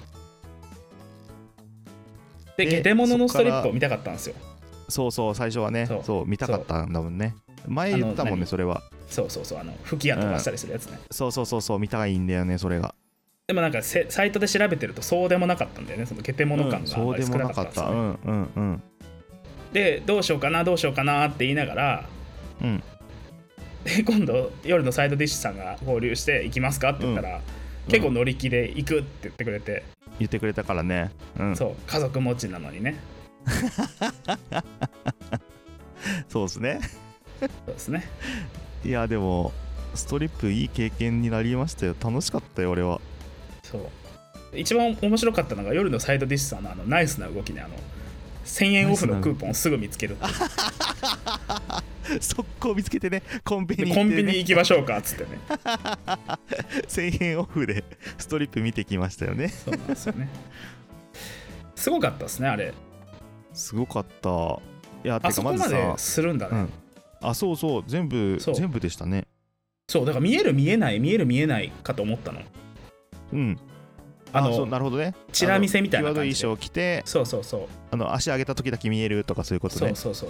でゲテモノのストリップを見たかったんですよ。 そう最初はね、そう見たかったんだもんね。前言ったもんね、それは。 そう吹き矢飛ばしたりするやつね。 そう見たいんだよね、それが。 でもなんかサイトで調べてるとそうでもなかったんだよね、そのゲテモノ感があんまり少なかったんですよね。でどうしようかなって言いながら、で今度夜のサイドディッシュさんが合流して行きますかって言ったら、結構乗り気で行くって言ってくれたからね。そう家族持ちなのにねそうですねそうですね。 いやでもストリップいい経験になりましたよ。楽しかったよ俺は。 そう一番面白かったのが夜のサイドディッシュさんのナイスな動きね、1000円オフのクーポンをすぐ見つけるって速攻見つけてね、コンビニ行きましょうかっつってね 1000円オフでストリップ見てきましたよね。 そうなんですよね。すごかったですね、あれ。 すごかった。いや、 あそこまでするんだね。 そう全部でしたね。 そうだから見える見えないかと思ったの。 そうなるほどね。 チラ見せみたいな感じで。 際どい衣装着て、足上げた時だけ見えるとかそういうことね。 そう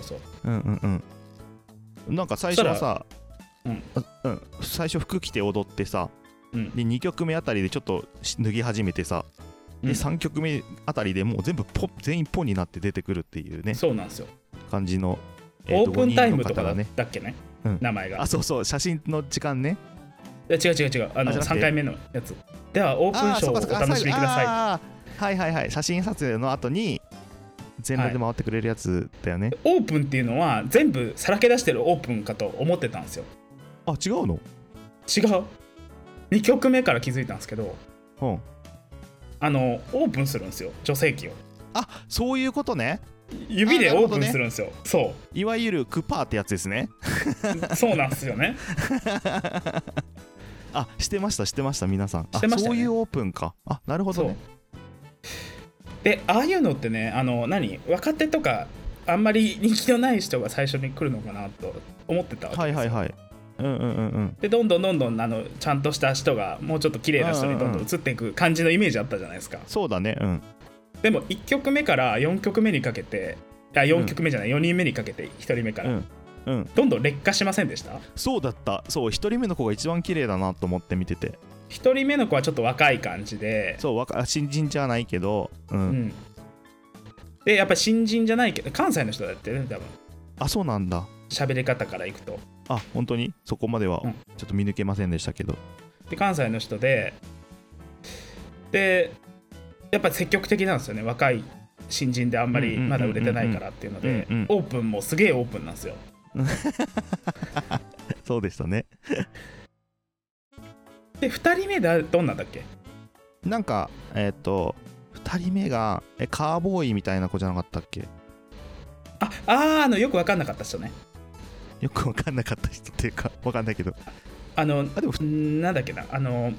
なんか最初はさ、最初服着て踊ってさ、で2曲目あたりでちょっと脱ぎ始めてさ、で3曲目あたりでもう全員ポンになって出てくるっていうね。 そうなんですよ。 感じのオープンタイムとかだっけね、名前が。 そう写真の時間ね。 違う3回目のやつではオープンショーをお楽しみください。はい写真撮影の後に全裸で回ってくれるやつだよね。 オープンっていうのは全部さらけ出してるオープンかと思ってたんですよ。 違うの？ 違う。2曲目から気づいたんですけど、オープンするんですよ、女性器を。 そういうことね。 指でオープンするんですよ。そういわゆるクパーってやつですね。 そうなんですよね。 してました皆さん。 してましたね。 そういうオープンか。なるほどね。 でああいうのってね、若手とかあんまり人気のない人が最初に来るのかなと思ってたわけですよ。でどんどんちゃんとした人がもうちょっと綺麗な人にどんどん移っていく感じのイメージあったじゃないですか。 そうだね。 でも1曲目から4曲目にかけて、4曲目じゃない、4人目にかけて1人目から、どんどん劣化しませんでした？ そうだった。そう、1人目の子が一番綺麗だなと思って見てて、 1人目の子はちょっと若い感じで、 新人じゃないけど、 でやっぱり新人じゃないけど関西の人だってね、多分。 そうなんだ。 喋り方からいくと本当にそこまではちょっと見抜けませんでしたけど、 で関西の人でやっぱり積極的なんですよね。若い新人であんまりまだ売れてないからっていうので、オープンもすげえオープンなんですよ。 で2人目どんなんだっけ。 なんか2人目がカーボーイみたいな子じゃなかったっけ。 よく分かんなかった人ね。 よく分かんなかった人っていうか分かんないけど、 でもなんだっけな、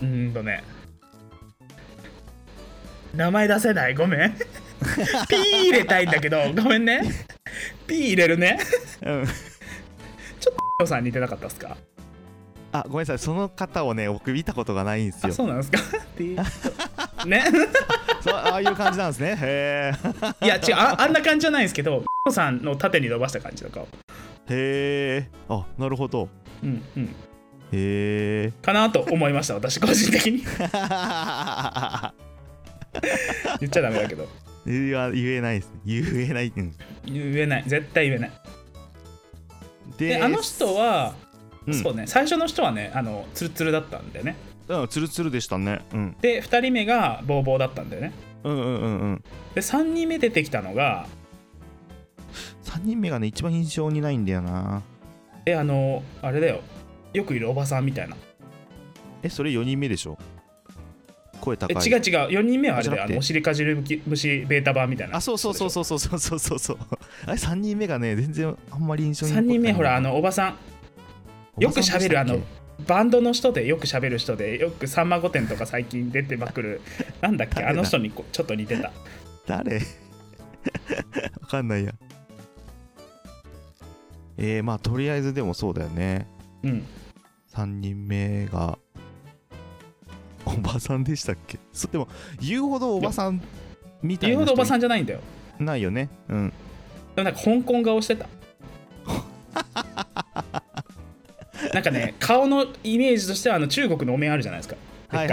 名前出せない、ごめんピー入れたいんだけどごめんねピー入れるねちょっとさん似てなかったっすか。 ごめんなさい、その方をね僕見たことがないんですよ。 そうなんですかねああいう感じなんですね。へえ。いや違う、あんな感じじゃないんですけどさんの縦に伸ばした感じの顔。 へえ、なるほど。 うんうん。 へえかなと思いました私個人的に言っちゃダメだけど。 言えないですね。言えない、 言えない、絶対言えない。であの人は、そうね、最初の人はねツルツルだったんだよね。 ツルツルでしたね。 で2人目がボーボーだったんだよね。で3人目出てきたのが 3人目がね一番印象にないんだよな。 あれだよ、よくいるおばさんみたいな。 それ4人目でしょ。声高い。 違う4人目はあれだよ、お尻かじる虫ベータ版みたいな。 そうあれ3人目がね全然あんまり印象に残ってない。3人目ほらおばさんよく喋るバンドの人でよく喋る人でよくさんま御殿とか最近出てまくるなんだっけあの人にちょっと似てた。 誰わかんないや。まあとりあえずでもそうだよね。3人目がおばさんでしたっけ。でも言うほどおばさんみたいな人言うほどおばさんじゃないんだよ。 ないよね。でもなんか香港顔してたなんかね、顔のイメージとしては中国のお面あるじゃないですか。 はい、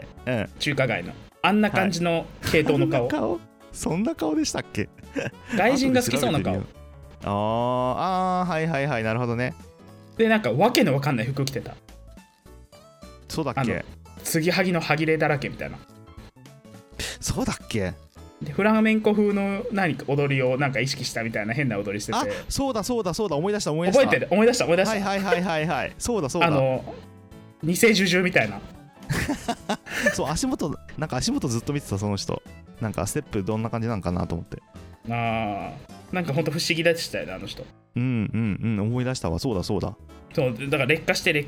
中華街のあんな感じの系統の顔、 そんな顔でしたっけ外人が好きそうな顔。 はいなるほどね。 でなんかわけのわかんない服着てた。 そうだっけ。 継ぎはぎの歯切れだらけみたいな。 そうだっけ。 でフラメンコ風の何か踊りをなんか意識したみたいな変な踊りしてて。 そうだ思い出した。 覚えてる、思い出した。 はいそうだ偽ジュジュみたいなそう足元ずっと見てた。その人なんかステップどんな感じなんかなと思って。 なんかほんと不思議でしたよねあの人。 思い出したわ。そうだそうだから劣化して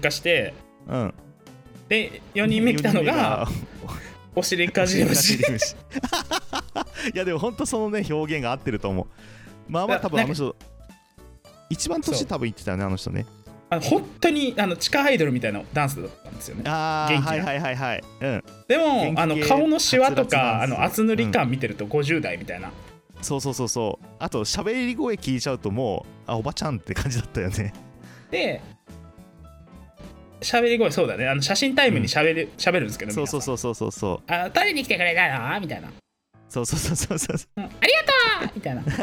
で4人目来たのがお尻かじり虫いやでもほんとそのね表現が合ってると思う。まあ多分あの人一番年多分いってたよねあの人ね。 本当に地下アイドルみたいなダンスだったんですよね。元気な。 はい、 でも顔のシワとか厚塗り感見てると50代みたいな。 そうあと喋り声聞いちゃうともうおばちゃんって感じだったよね。 で喋り声そうだね、写真タイムに喋るんですけど、 そう取りに来てくれたのみたいな。 そうありがとうみたいな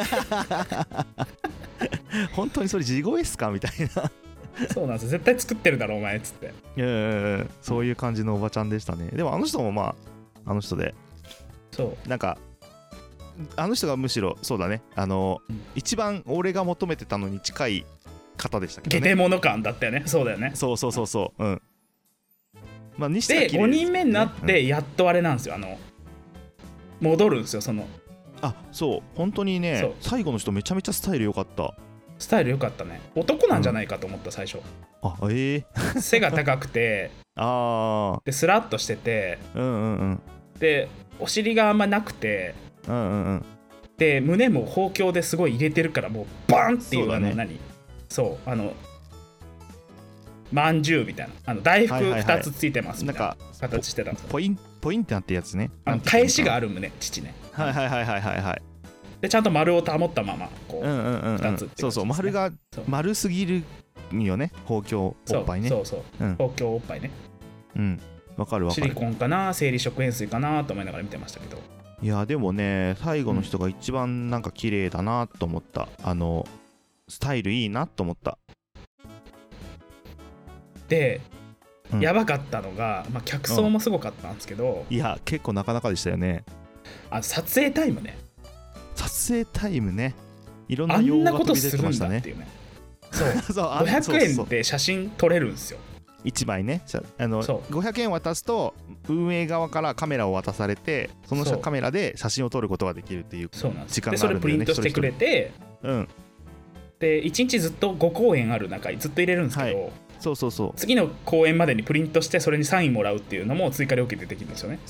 本当にそれ地声っすかみたいなそうなんですよ、絶対作ってるだろお前っつって。 そういう感じのおばちゃんでしたね。でもあの人もまああの人で、 そうなんかあの人がむしろそうだね一番俺が求めてたのに近い方でしたけどね。 ゲテモノ感だったよね。そうだよね。 そうまあにしてはで5人目になってやっとあれなんですよ、戻るんですよ。 そう本当にね最後の人めちゃめちゃスタイル良かった。 スタイル良かったね。男なんじゃないかと思った最初。背が高くてでスラッとしてて、でお尻があんまなくて、で胸も包協ですごい入れてるからもうバンっていうまんじゅうみたいな大福2つついてますみたいな形してたんですよ。 ポインってなってるやつね。 返しがある胸父ね。でちゃんと丸を保ったままこう2つってそう丸が丸すぎるよね。包協おっぱいね。 包協おっぱいね。 わかる。 シリコンかな生理食塩水かなと思いながら見てましたけど。 いやでもね最後の人が一番なんか綺麗だなと思った。スタイルいいなと思った。 で、やばかったのが、客層もすごかったんですけど、 いや結構なかなかでしたよね。 撮影タイムね。 いろんな用語が飛び出てましたね。 あんなことするんだっていうね。そう500円で写真撮れるんですよ。 1枚ね500円渡すと運営側からカメラを渡されて、そのカメラで写真を撮ることができるっていう時間があるんだよね。でそれプリントしてくれて、で1日ずっと5公演ある中ずっと入れるんですけど、 そう次の公演までにプリントしてそれにサインもらうっていうのも追加料金でできるんですよね。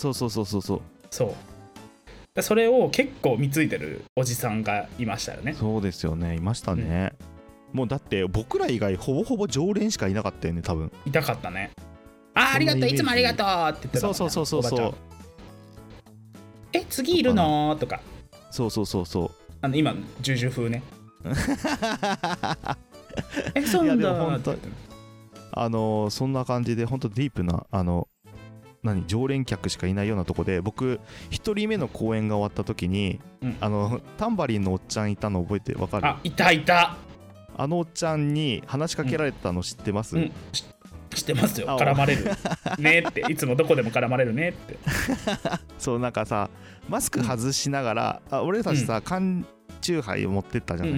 そうそれを結構貢いでるおじさんがいましたよね。 そうですよね、いましたね、もうだって僕ら以外ほぼほぼ常連しかいなかったよね、多分。 いたかったね。ありがとう、いつもありがとうって言ってたもんね。 そう次いるのとか。 そう今ジュジュ風ねそうなんだって。 そんな感じで本当ディープな常連客しかいないようなとこで、僕1人目の公演が終わった時に、タンバリンのおっちゃんいたの覚えてわかる？ いたおっちゃんに話しかけられたの知ってます？ 知ってますよ。絡まれるねって、いつもどこでも絡まれるねってそうなんかさ、マスク外しながら、俺たちさ缶チューハイを持ってったじゃない、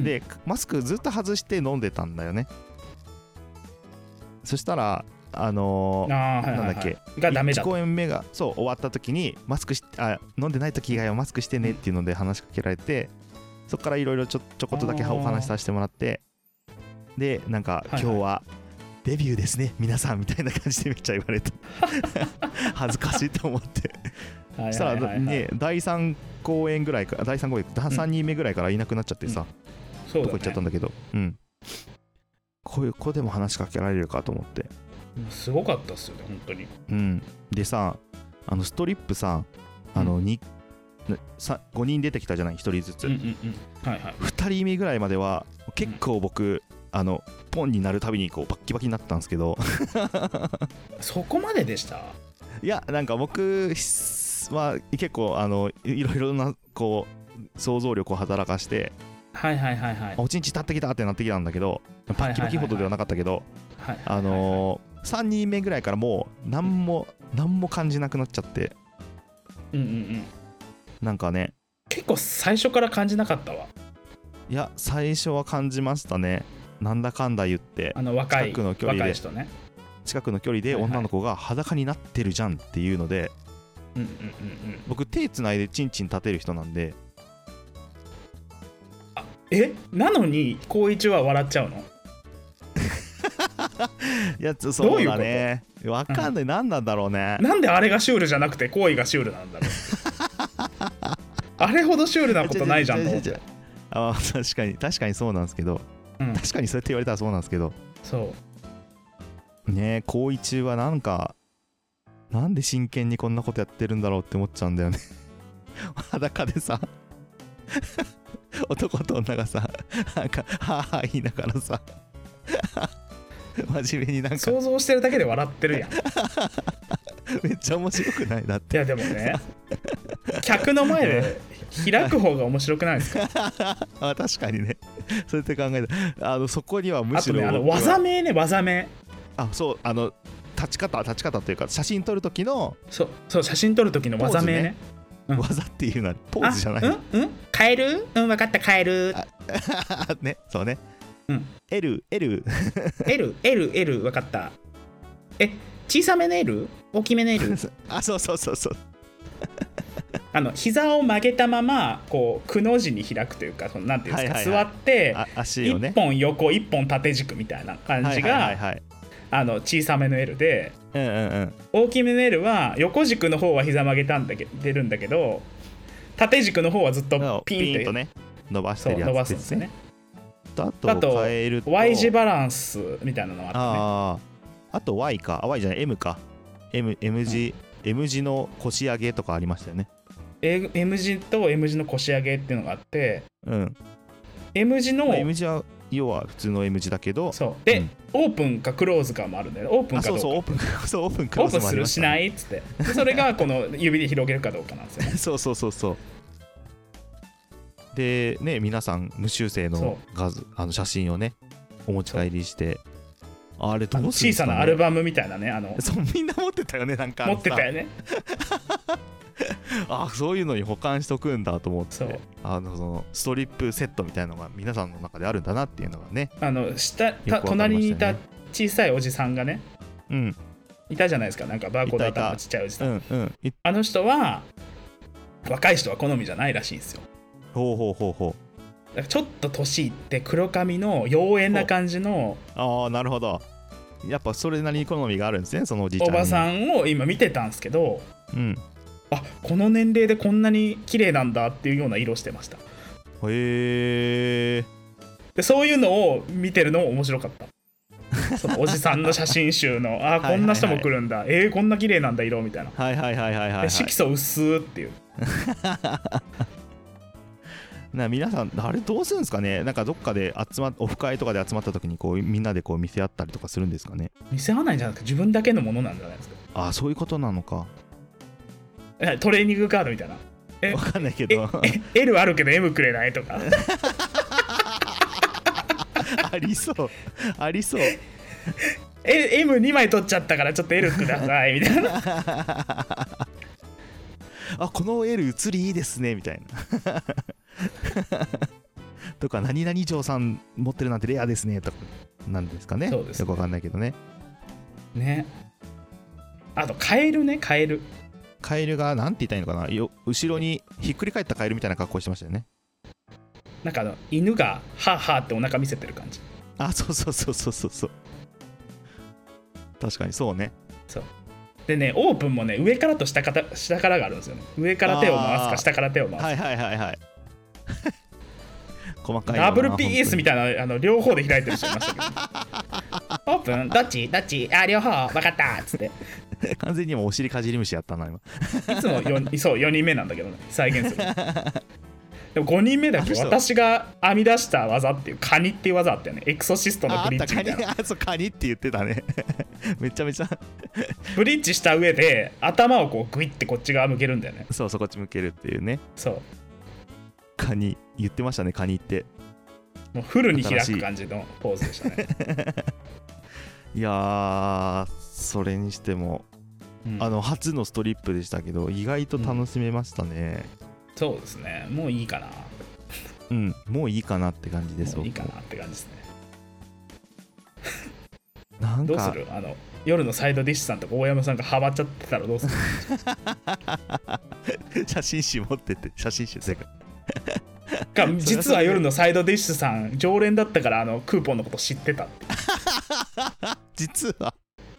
でマスクずっと外して飲んでたんだよね。そしたらなんだっけがダメだ 1公演目が終わった時にマスク飲んでない時以外はマスクしてねっていうので話しかけられて、そこからいろいろちょこっとだけお話しさせてもらって、でなんか今日はデビューですね皆さんみたいな感じでめっちゃ言われた恥ずかしいと思ってそしたらね、第3公演ぐらいか第3人目ぐらいからいなくなっちゃってさ、どこ行っちゃったんだけど、こういう子でも話しかけられるかと思って、 すごかったっすよね本当に。 でさ、ストリップさ、5人出てきたじゃない、1人ずつ、2人目ぐらいまでは結構僕、ポンになるたびにこうバッキバキになったんですけどそこまででした？ いやなんか僕は結構いろいろなこう想像力を働かしておちんち立ってきたってなってきたんだけど、バッキバキほどではなかったけど、3人目ぐらいからもう何も感じなくなっちゃって、なんかね、 結構最初から感じなかったわ。 いや最初は感じましたね。なんだかんだ言って若い人ね、 近くの距離で女の子が裸になってるじゃんっていうので、僕手つないでチンチン立てる人なんで、 なのに光一は笑っちゃうの？ いやそうだね、わかんない、何なんだろうね。 なんであれがシュールじゃなくて行為がシュールなんだろうあれほどシュールなことないじゃんと思って。 確かにそうなんですけど、確かにそうやって言われたらそうなんですけど、そうね、高一はなんで真剣にこんなことやってるんだろうって思っちゃうんだよね裸でさ男と女がさ、なんかはぁはぁ言いながらさ真面目に想像してるだけで笑ってるやんめっちゃ面白くない？だって。 いやでもね客の前で開く方が面白くないですか確かにね、そうやって考えたそこにはむしろあとね、技名ね、技名。 そう立ち方というか写真撮る時のそう写真撮る時の技名ね、 技っていうのはポーズじゃない。 カエル？分かった、カエルね、そうね、L 分かった。小さめの L？ 大きめの L？ そう膝を曲げたままこうくの字に開くというか、なんていうんですか、座って1本横1本縦軸みたいな感じが小さめの L で、大きめの L は横軸の方は膝曲げてるんだけど、縦軸の方はずっとピンとね伸ばしてるやつですね。あと Y 字バランスみたいなのがあってね。 あと Y か、Y じゃない M か、 M 字の腰上げとかありましたよね。 M 字と M 字の腰上げっていうのがあって、M 字の M 字は要は普通の M 字だけど、 そうで、オープンかクローズかもあるんだよね。オープンかどうか、 オープンクローズもありましたね。オープンするしないっつってでそれがこの指で広げるかどうかなんですよねそうでね、皆さん無修正の写真をねお持ち帰りして、あれどうするんですかね、 小さなアルバムみたいなね、 そうみんな持ってたよね、なんか持ってたよねそういうのに保管しとくんだと思って、そのストリップセットみたいなのが皆さんの中であるんだなっていうのがね、 隣にいた小さいおじさんがね、いたじゃないですか。なんかバーコード頭のちっちゃいおじさん、あの人は若い人は好みじゃないらしいんですよ。 ほうだからちょっと年いって黒髪の妖艶な感じの、 ああなるほど、やっぱそれなりに好みがあるんですね、そのおじちゃんに。 おばさんを今見てたんですけど、あ、この年齢でこんなに綺麗なんだっていうような色してました。 へえ。 でそういうのを見てるのも面白かった。そのおじさんの写真集のあ、こんな人も来るんだ、こんな綺麗なんだ色みたいな。で色素薄っていう皆さんあれどうするんですかね。なんかどっかでオフ会とかで集まった時にこうみんなでこう見せ合ったりとかするんですかね。 見せ合わないんじゃないですか。自分だけのものなんじゃないですか。 あ、そういうことなのか。 トレーニングカードみたいな。 わかんないけど L あるけど M くれないとかありそうありそう。 M2 枚取っちゃったからちょっと L くださいみたいなあ、この L 写りいいですねみたいなとか、何々嬢さん持ってるなんてレアですねとかなんですかね。 そうですね、 よくわかんないけどね。 あとカエルがなんて言ったらいいのかな、後ろにひっくり返ったカエルみたいな格好してましたよね。 なんか犬がハーハーってお腹見せてる感じ。 あ、そう確かにそうね。 そうでね、オープンもね、上からと下からがあるんですよね。上から手を回すか下から手を回すか。 はい細かいダブル PS みたいな両方で開いてる人いましたけど、オープンどっちあ、両方分かったっつって完全にもお尻かじり虫やったな今。 いつも4人目なんだけどね、再現するでも5人目だけ私が編み出した技っていうカニっていう技あったよね。エクソシストのブリッジみたいな。 そう、カニって言ってたねめちゃめちゃブリッジした上で頭をこうグイってこっち側向けるんだよね。 そう、こっち向けるっていうね。 そうカニ言ってましたね。カニってもうフルに開く感じのポーズでしたねいやー、それにしても、初のストリップでしたけど意外と楽しめましたね。 そうですね、もういいかな。 もういいかなって感じです。 もういいかなって感じですねなんかどうする？夜のサイドディッシュさんとか大山さんがハマっちゃってたらどうする写真集持ってって、写真集正解実は夜のサイドディッシュさん常連だったからクーポンのこと知ってたって実は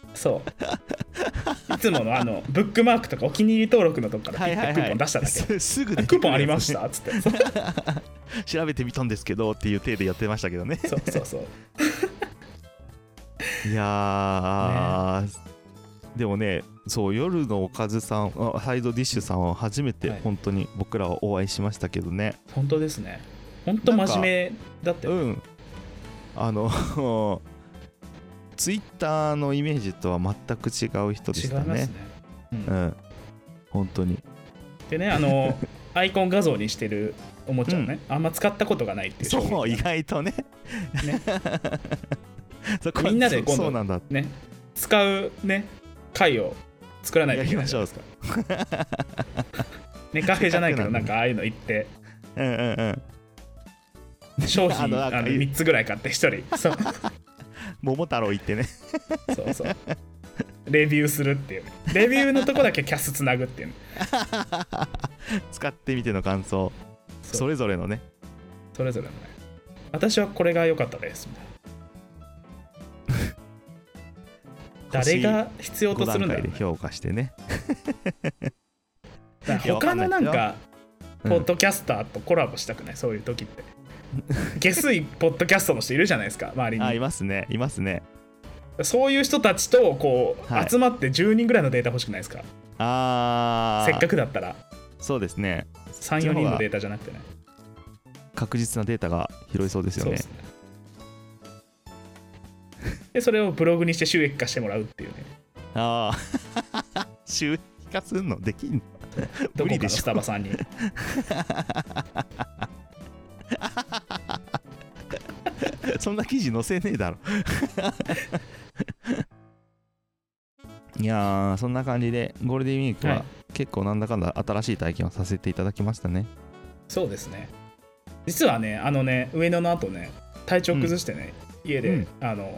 そういつものブックマークとかお気に入り登録のとこからピッてクーポン出しただけ、 すぐでクーポンありましたっつって調べてみたんですけどっていう体でやってましたけどね。 そういやー、でもね、そう夜のおかずさん、サイドディッシュさんは初めて本当に僕らはお会いしましたけどね。 本当ですね。本当真面目だったよね。 ツイッターのイメージとは全く違う人でしたね。 違いますね。 本当に。 でね、アイコン画像にしてるおもちゃをね、あんま使ったことがないっていう。 そう、意外とね。 みんなで今度ね、使うね回を作らないといけないじゃないですか。ネカフェじゃないけど、なんかああいうの言って、商品3つぐらい買って1人、そう桃太郎行ってねそうレビューするっていう、レビューのとこだけキャスつなぐっていう使ってみての感想、それぞれのね、 私はこれが良かったですみたいな。誰が必要とするんだろうね。 5段階で評価してね他のなんかポッドキャスターとコラボしたくない？そういう時って下水ポッドキャストの人いるじゃないですか、周りに。 いますね。 そういう人たちとこう集まって10人ぐらいのデータ欲しくないですか？せっかくだったら。 そうですね。 3、4人のデータじゃなくてね、 確実なデータが拾えそうですよね。 でそれをブログにして収益化してもらうっていうね。 収益化するのできんの？ どこかのスタバさんにそんな記事載せねえだろいやー、そんな感じでゴールデンウィークは結構なんだかんだ新しい体験をさせていただきましたね。 そうですね。実はね、上野の後ね、体調崩してね、家で、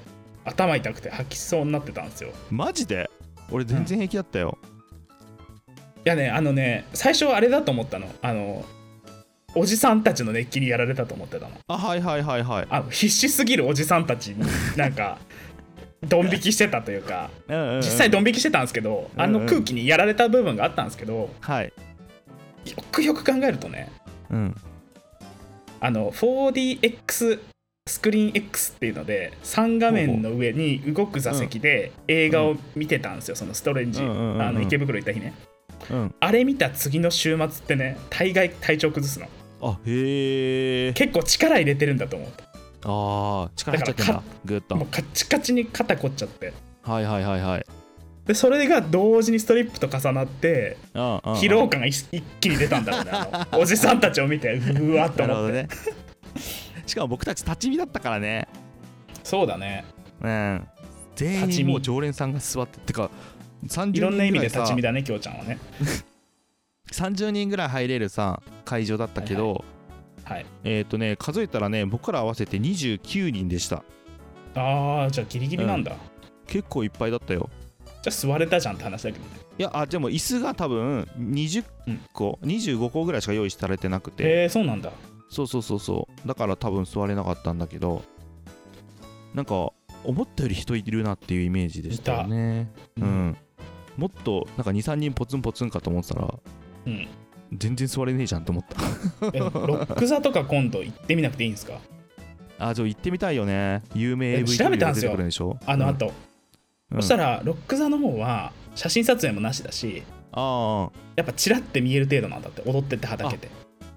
頭痛くて吐きそうになってたんですよ。 マジで？俺全然平気だったよ。 いやね、最初はあれだと思ったの。おじさんたちの熱気にやられたと思ってたの。 はいはいはいはい。 必死すぎるおじさんたちになんかドン引きしてたというか実際ドン引きしてたんですけど、空気にやられた部分があったんですけど、 はい、 よくよく考えるとね、4DX スクリーン X っていうので3画面の上に動く座席で映画を見てたんですよ、そのストレンジ、池袋行った日ね、あれ見た次の週末ってね、大概体調崩すの。 へえ。 結構力入れてるんだと思った。 力入っちゃってんだ。グッともうカッチカチに肩凝っちゃって、 はいでそれが同時にストリップと重なって疲労感が一気に出たんだろうね、おじさんたちを見てうわっと思って、ね、 しかも僕たち立ち見だったからね。 そうだね、 全員もう常連さんが座ってってか30人ぐらいさ、いろんな意味で立ち見だね、きょうちゃんはね 30人ぐらい入れるさ会場だったけど、数えたらね、僕ら合わせて29人でした。 じゃあギリギリなんだ、 結構いっぱいだったよ。 じゃあ座れたじゃんって話だけどね。 いやでも椅子が多分20個、25個ぐらいしか用意されてなくて。 そうなんだ。 そうだから多分座れなかったんだけど、なんか思ったより人いるなっていうイメージでしたよね。もっとなんか 2,3 人ポツンポツンかと思ってたら、全然座れねえじゃんと思ったロック座とか今度行ってみなくていいんですか？ じゃあ行ってみたいよね。有名 AV 調べたんですよ、 出てくるでしょ、 後、そしたらロック座の方は写真撮影もなしだし、やっぱチラって見える程度なんだって、踊ってってはだけて。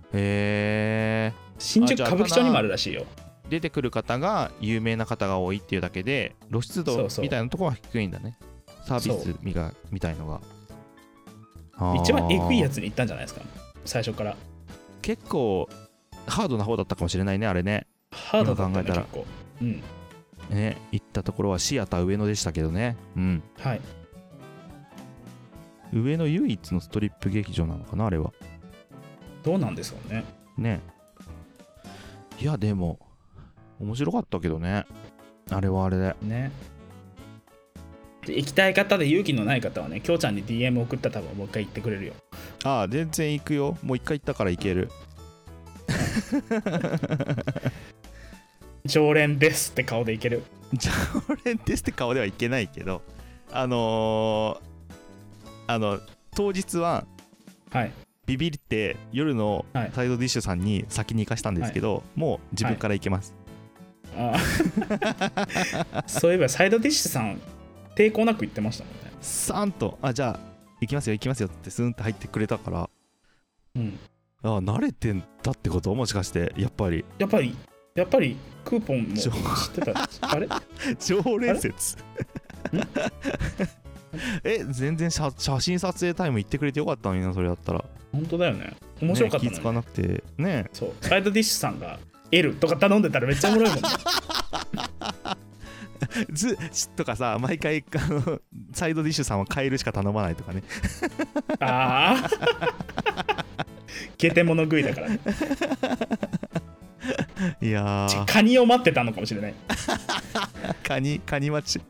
新宿歌舞伎町にもあるらしいよ。 出てくる方が有名な方が多いっていうだけで露出度みたいなところは低いんだね。サービスみたいのが一番エグいやつに行ったんじゃないですか、最初から。 結構ハードな方だったかもしれないね、あれね。 ハードだったね、結構。 ね、行ったところはシアター上野でしたけどね。 はい。 上野唯一のストリップ劇場なのかな、あれは。 どうなんですかね。 いやでも面白かったけどね、あれはあれでね。で行きたい方で勇気のない方はね、きょうちゃんに DM 送ったら多分もう一回行ってくれるよ。 全然行くよ。もう一回行ったから行ける常連ですって顔で行ける。 常連ですって顔ではいけないけど、当日はビビって夜のサイドディッシュさんに先に行かしたんですけど、もう自分から行けます。 そういえばサイドディッシュさん抵抗なく言ってましたもんね。 さーんとじゃあ行きますよってスンって入ってくれたから、慣れてんだってこと？もしかしてやっぱりクーポンも知ってたあれ常連説全然写真撮影タイム行ってくれてよかったのにな、それだったら。 本当だよね、面白かったのに、 気づかなくてね。 そうサイドディッシュさんが L とか頼んでたらめっちゃおもろいもんねズとかさ、毎回サイドディッシュさんはカエルしか頼まないとかねゲテモノ食いだからいやカニを待ってたのかもしれないカニ待ち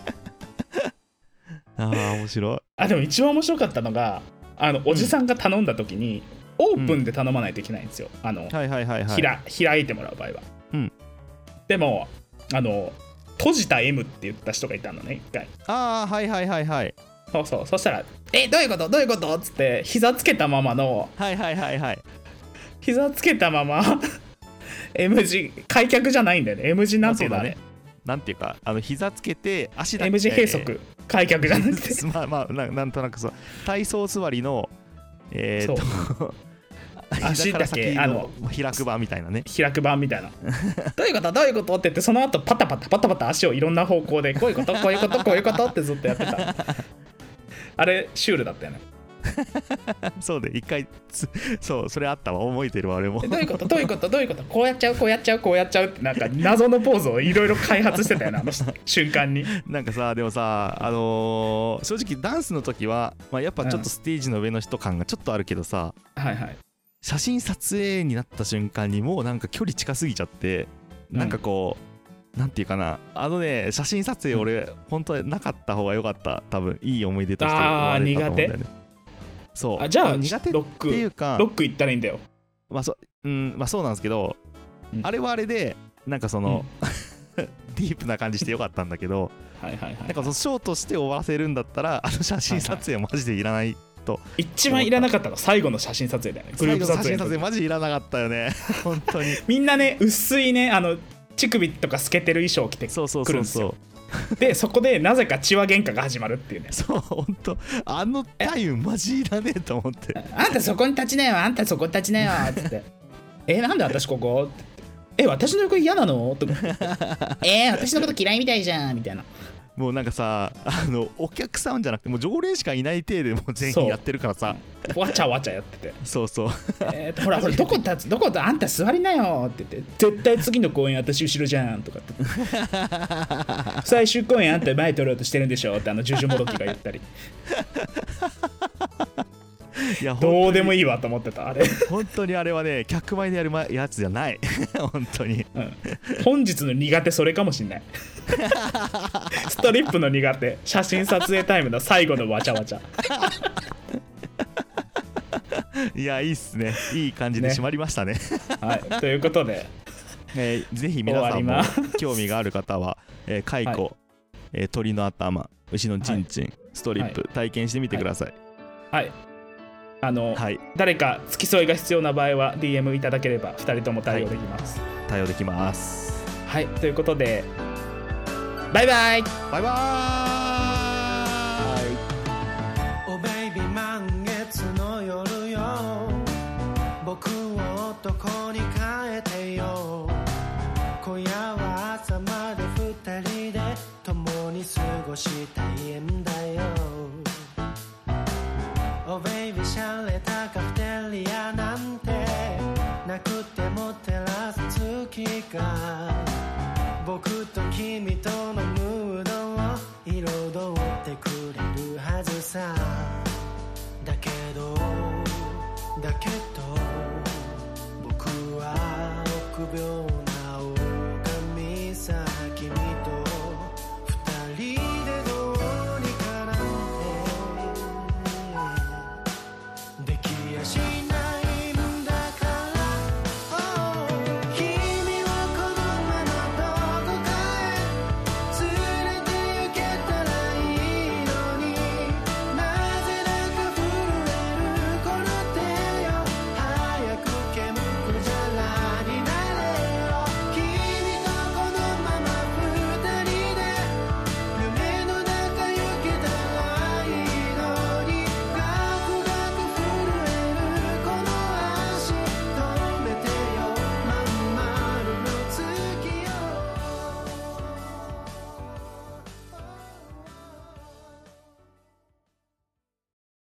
面白い。 でも一番面白かったのがおじさんが頼んだ時に、オープンで頼まないといけないんですよ、開いてもらう場合は、でも閉じた M って言った人がいたのね、一回。そしたらどういうことっつって膝つけたままの膝つけたままM 字開脚じゃないんだよね。 M 字なんていうのあれ、 なんていうか膝つけて足だけ M 字閉塞開脚じゃなくてなんとなくそう体操座りの足だけ開く版みたいなね。 開く版みたいなどういうことって言って、その後パタパタ足をいろんな方向でこういうことってずっとやってたあれシュールだったよねそうで一回それあったわ、覚えてるわ俺も。 どういうことこうやっちゃうってなんか謎のポーズをいろいろ開発してたよね瞬間に。 なんかさ、でもさ正直ダンスの時は、やっぱちょっとステージの上の人感がちょっとあるけどさ、写真撮影になった瞬間にもうなんか距離近すぎちゃって、なんかこなんていうかな、写真撮影俺本当はなかった方が良かった。多分いい思い出として生まれたと思うんだよね。そう。 じゃあ苦手っていうかロック行ったらいいんだよ。 まあそうなんですけど、あれはあれでなんかその、ディープな感じしてよかったんだけど、なんかそのショーとして終わらせるんだったら写真撮影マジでいらないと。 一番いらなかったの最後の写真撮影だよね。グループ撮影。 最後の写真撮影マジいらなかったよね。本当に。 みんなね薄いね乳首とか透けてる衣装を着てくるんですよ。でそこでなぜか血話喧嘩が始まるっていうね。 そう本当タイムマジいらねえと思って。 あんたそこに立ちなよ、あんたそこに立ちなよって言ってなんで私ここって言って、私の横嫌なのとか私のこと嫌いみたいじゃんみたいな。 もうなんかさお客さんじゃなくてもう常連しかいない体でもう全員やってるからさ、 わちゃわちゃやってて、 そうそうほらどこ立つ、どこあんた座りなよって言って、絶対次の公演私後ろじゃんとかって最終公演あんた前取ろうとしてるんでしょってジュジュモドキが言ったりいやどうでもいいわと思ってた。あれ本当にあれはね客前でやるやつじゃない本当に、 本日の苦手それかもしんないストリップの苦手、写真撮影タイムの最後のわちゃわちゃいやいいっすね、いい感じで締まりましたねはい、ということで、 ぜひ皆さんも興味がある方は蚕、鳥の頭、牛のチンチン、ストリップ、体験してみてください。はい誰か付き添いが必要な場合は DM いただければ2人とも対応できます。 対応できます。 はい、ということでバイバイバイバーイ。 おベイビー満月の夜よ、僕を男に変えてよ。今夜は朝まで二人で共に過ごしたいんだよ。おベイビーシャレたカフテリアなんてなくても照らす月が僕と君とのムードを彩ってくれるはずさ。だけど